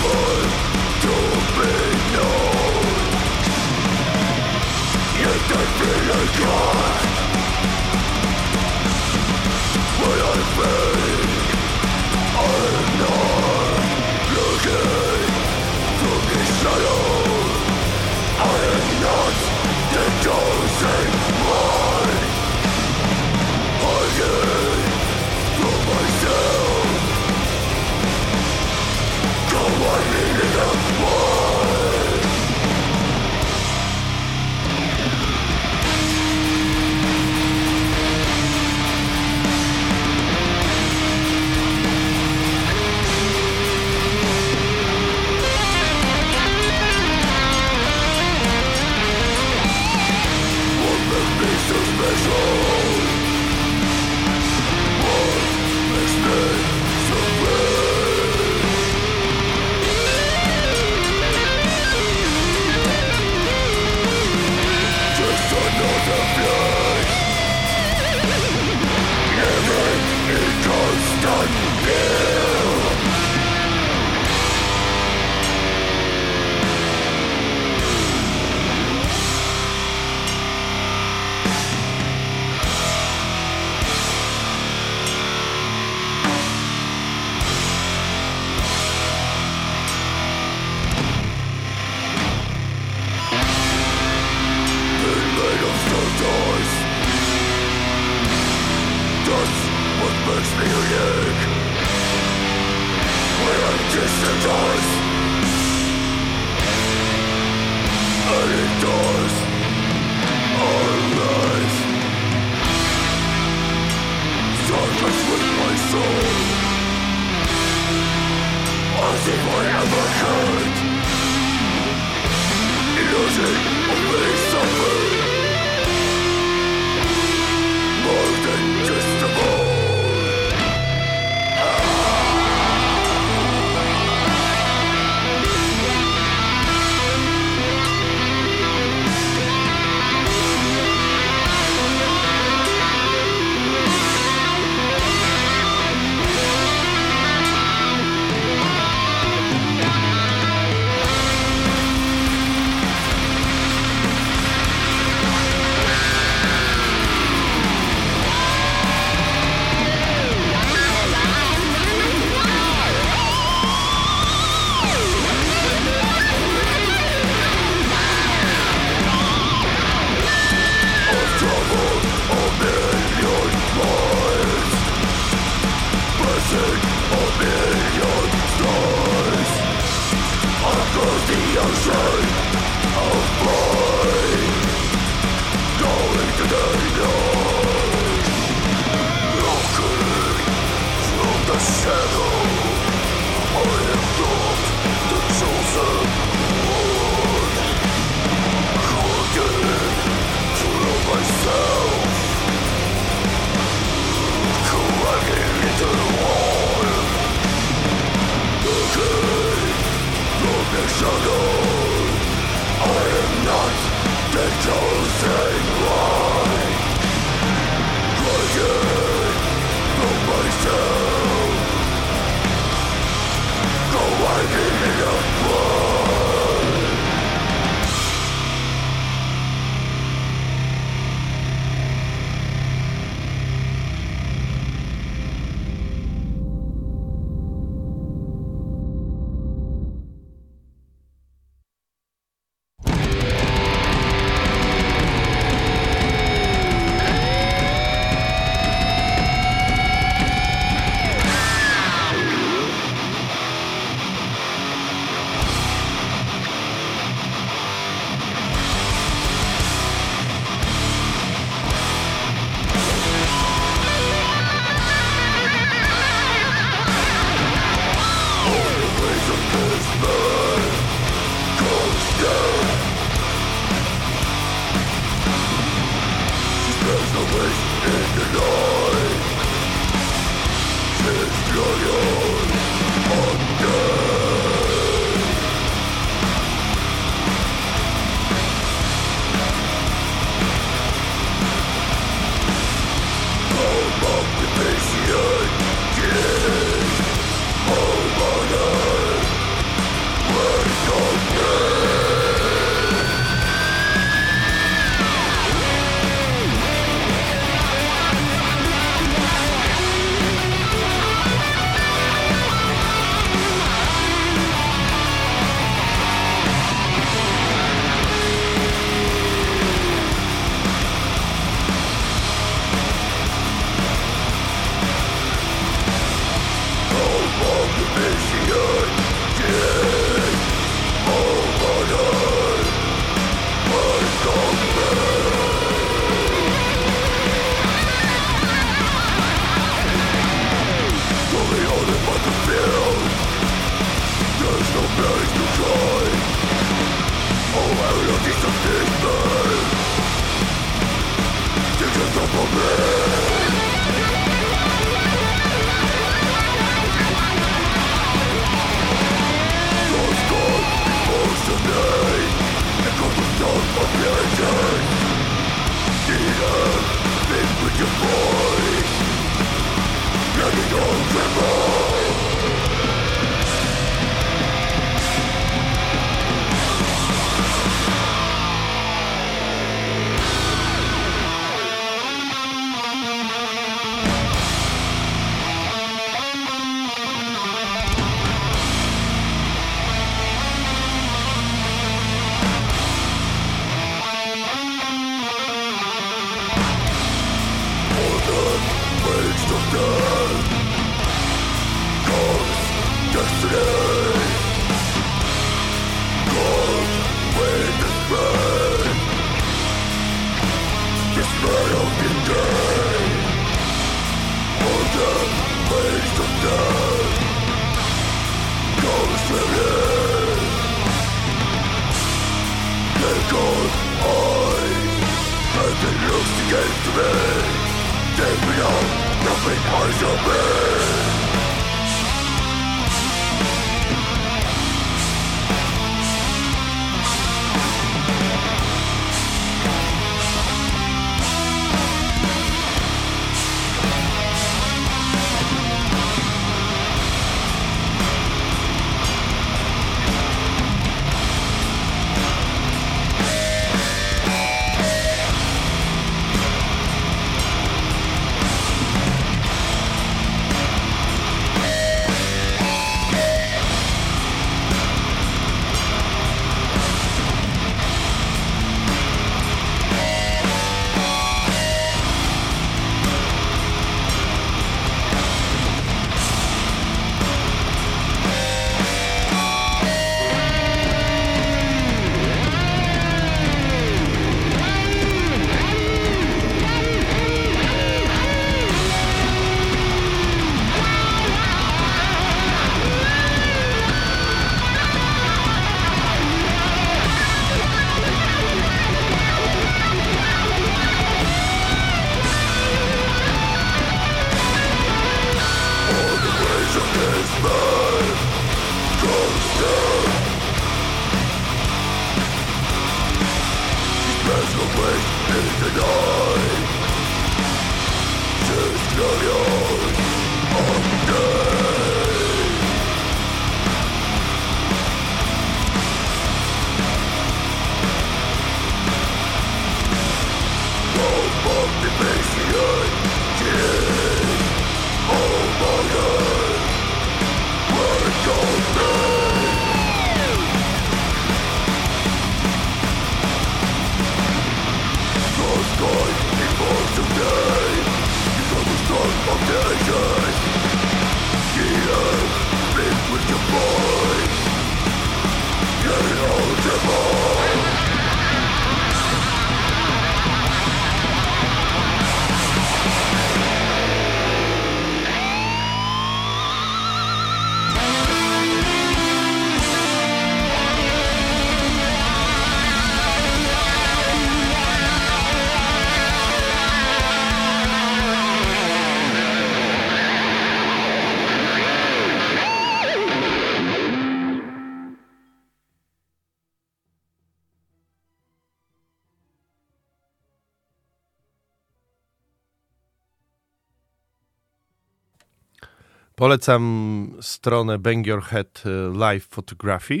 Polecam stronę Bang Your Head Live Photography,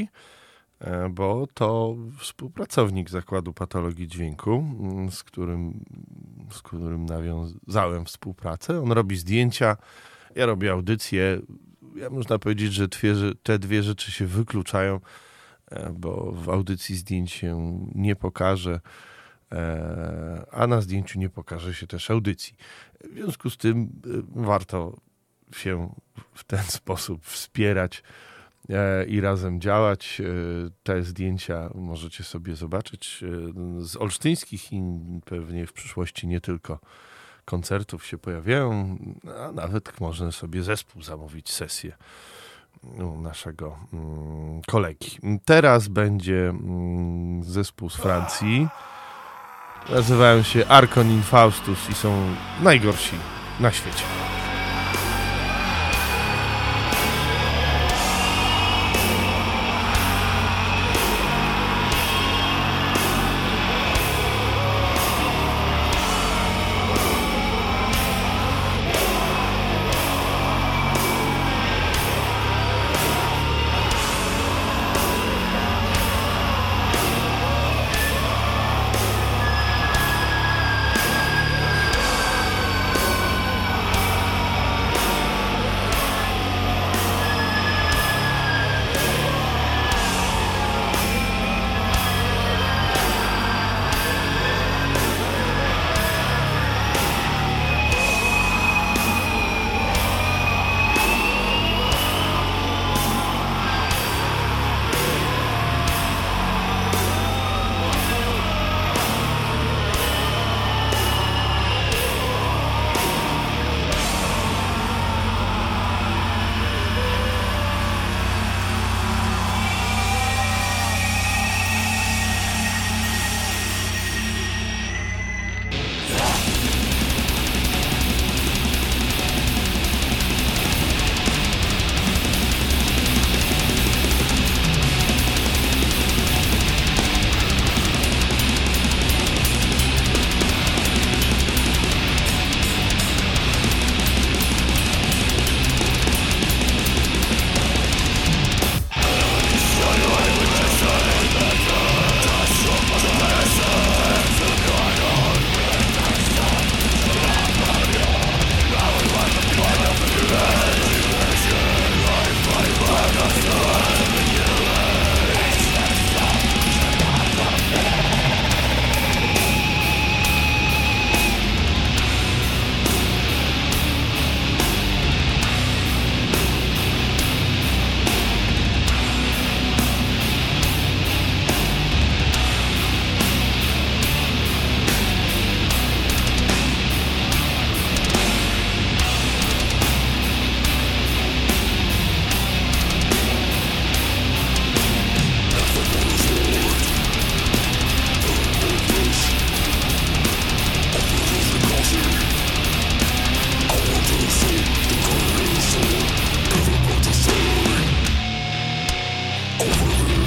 bo to współpracownik Zakładu Patologii Dźwięku, z którym nawiązałem współpracę. On robi zdjęcia, ja robię audycje. Ja można powiedzieć, że te dwie rzeczy się wykluczają, bo w audycji zdjęć się nie pokaże, a na zdjęciu nie pokaże się też audycji. W związku z tym warto się w ten sposób wspierać i razem działać. Te zdjęcia możecie sobie zobaczyć z olsztyńskich i pewnie w przyszłości nie tylko koncertów się pojawiają, a nawet można sobie zespół zamówić sesję u naszego kolegi. Teraz będzie zespół z Francji. Nazywają się Archon Infaustus i są najgorsi na świecie.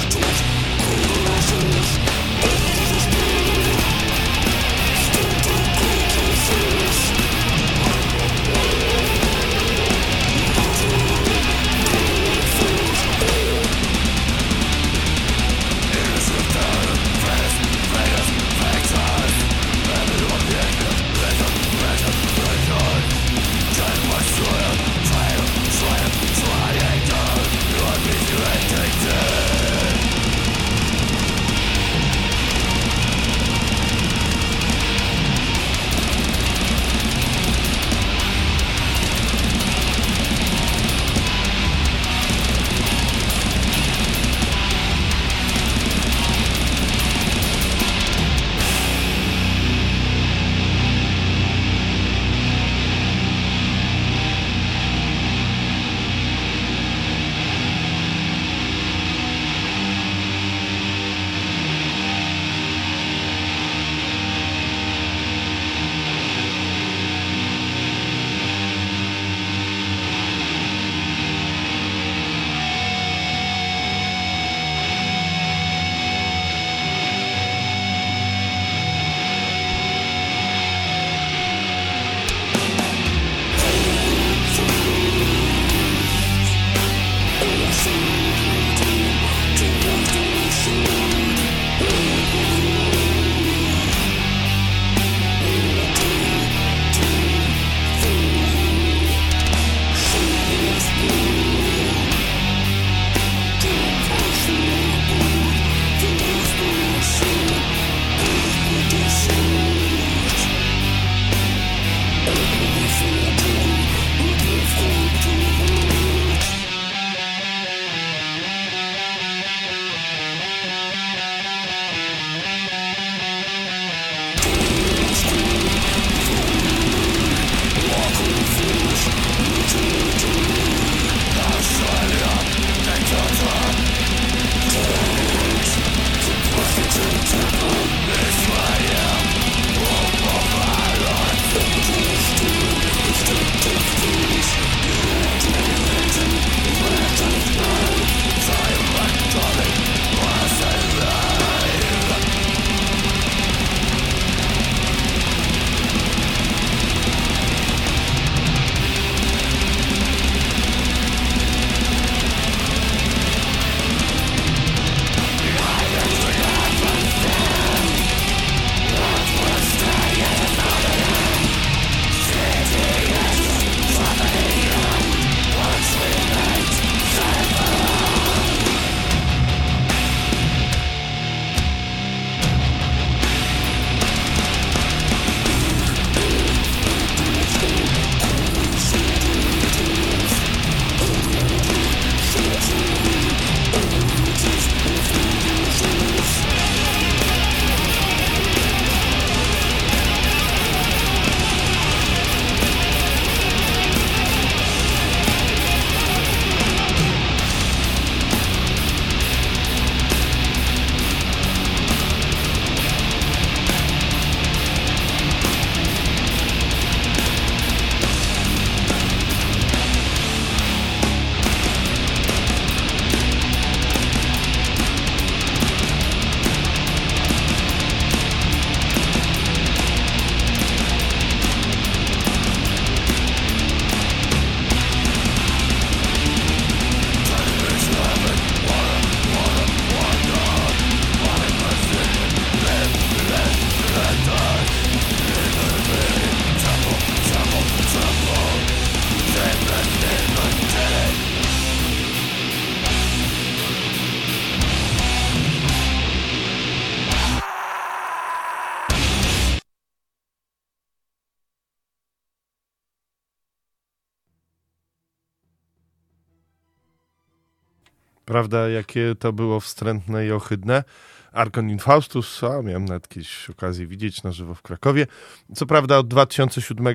Prawda, jakie to było wstrętne i ohydne. Arkon Infaustus, miałem nawet kiedyś okazję widzieć na żywo w Krakowie. Co prawda od 2007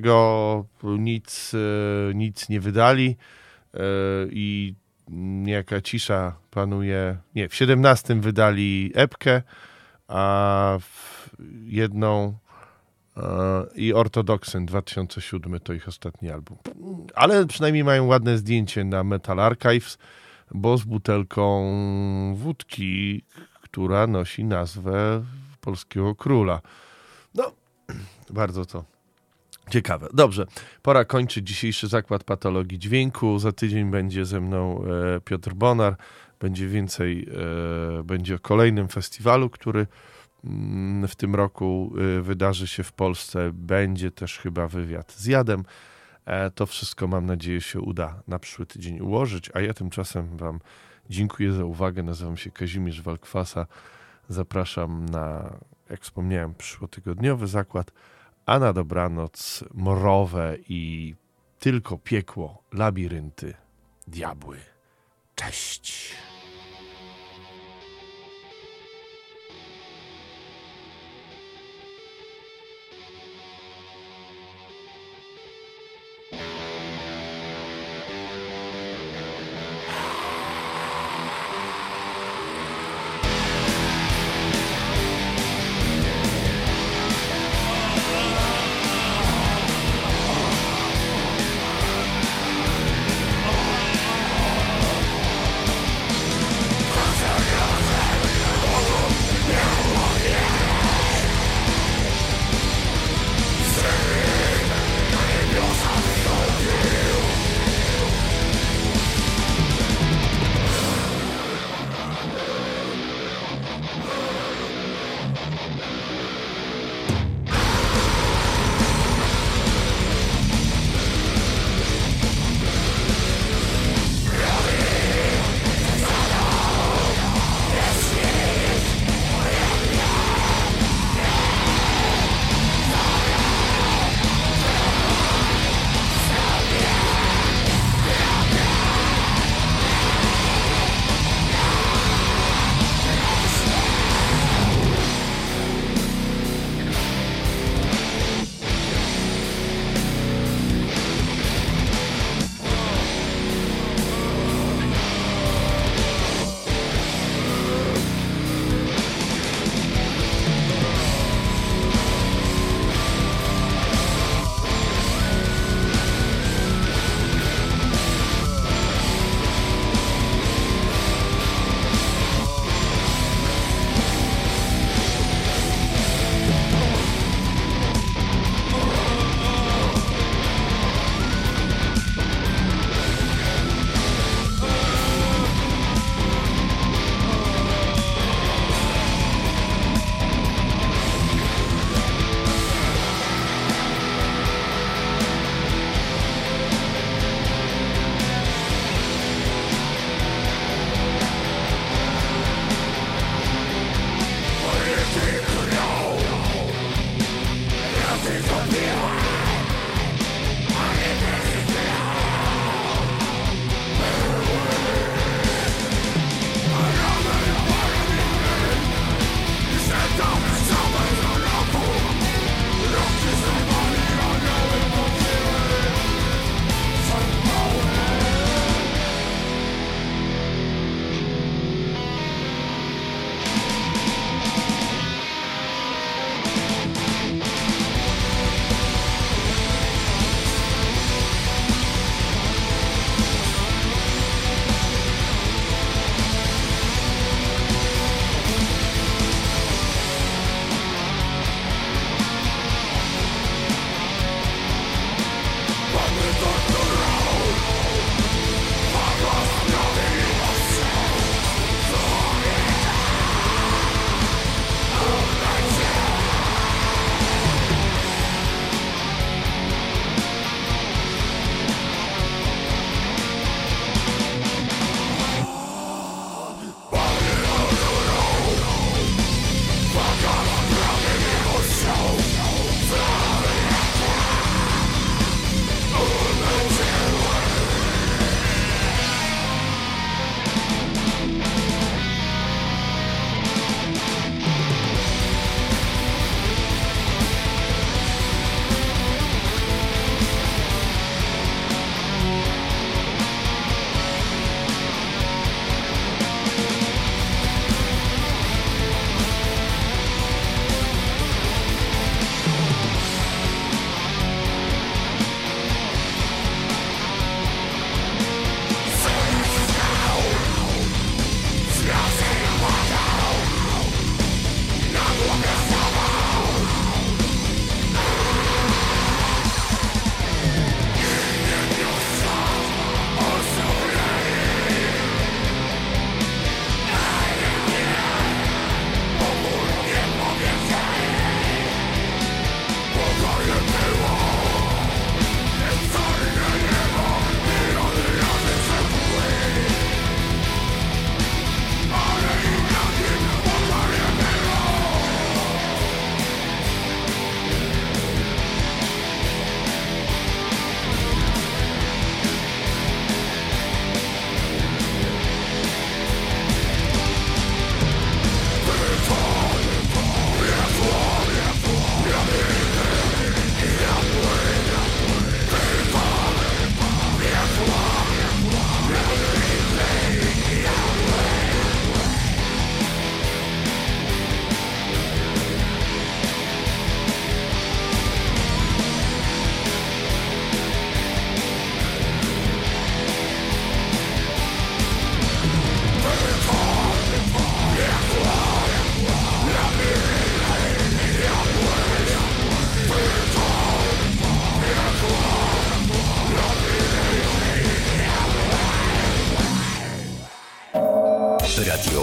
nic nie wydali i niejaka cisza panuje. Nie, w 17 wydali epkę, a w jedną i Ortodoksyn 2007 to ich ostatni album. Ale przynajmniej mają ładne zdjęcie na Metal Archives. bo z butelką wódki, która nosi nazwę polskiego króla. No, bardzo to ciekawe. Dobrze, pora kończyć dzisiejszy zakład patologii dźwięku. Za tydzień będzie ze mną Piotr Bonar. Będzie więcej, będzie o kolejnym festiwalu, który w tym roku wydarzy się w Polsce. Będzie też chyba wywiad z Jadem. To wszystko, mam nadzieję, się uda na przyszły tydzień ułożyć, a ja tymczasem wam dziękuję za uwagę. Nazywam się Kazimierz Walkwasa. Zapraszam na, jak wspomniałem, przyszłotygodniowy zakład, a na dobranoc morowe i tylko piekło, labirynty, diabły. Cześć!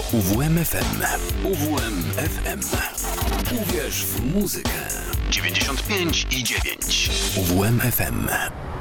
UWMFM. UWMFM. Uwierz w muzykę. 95,9. UWMFM.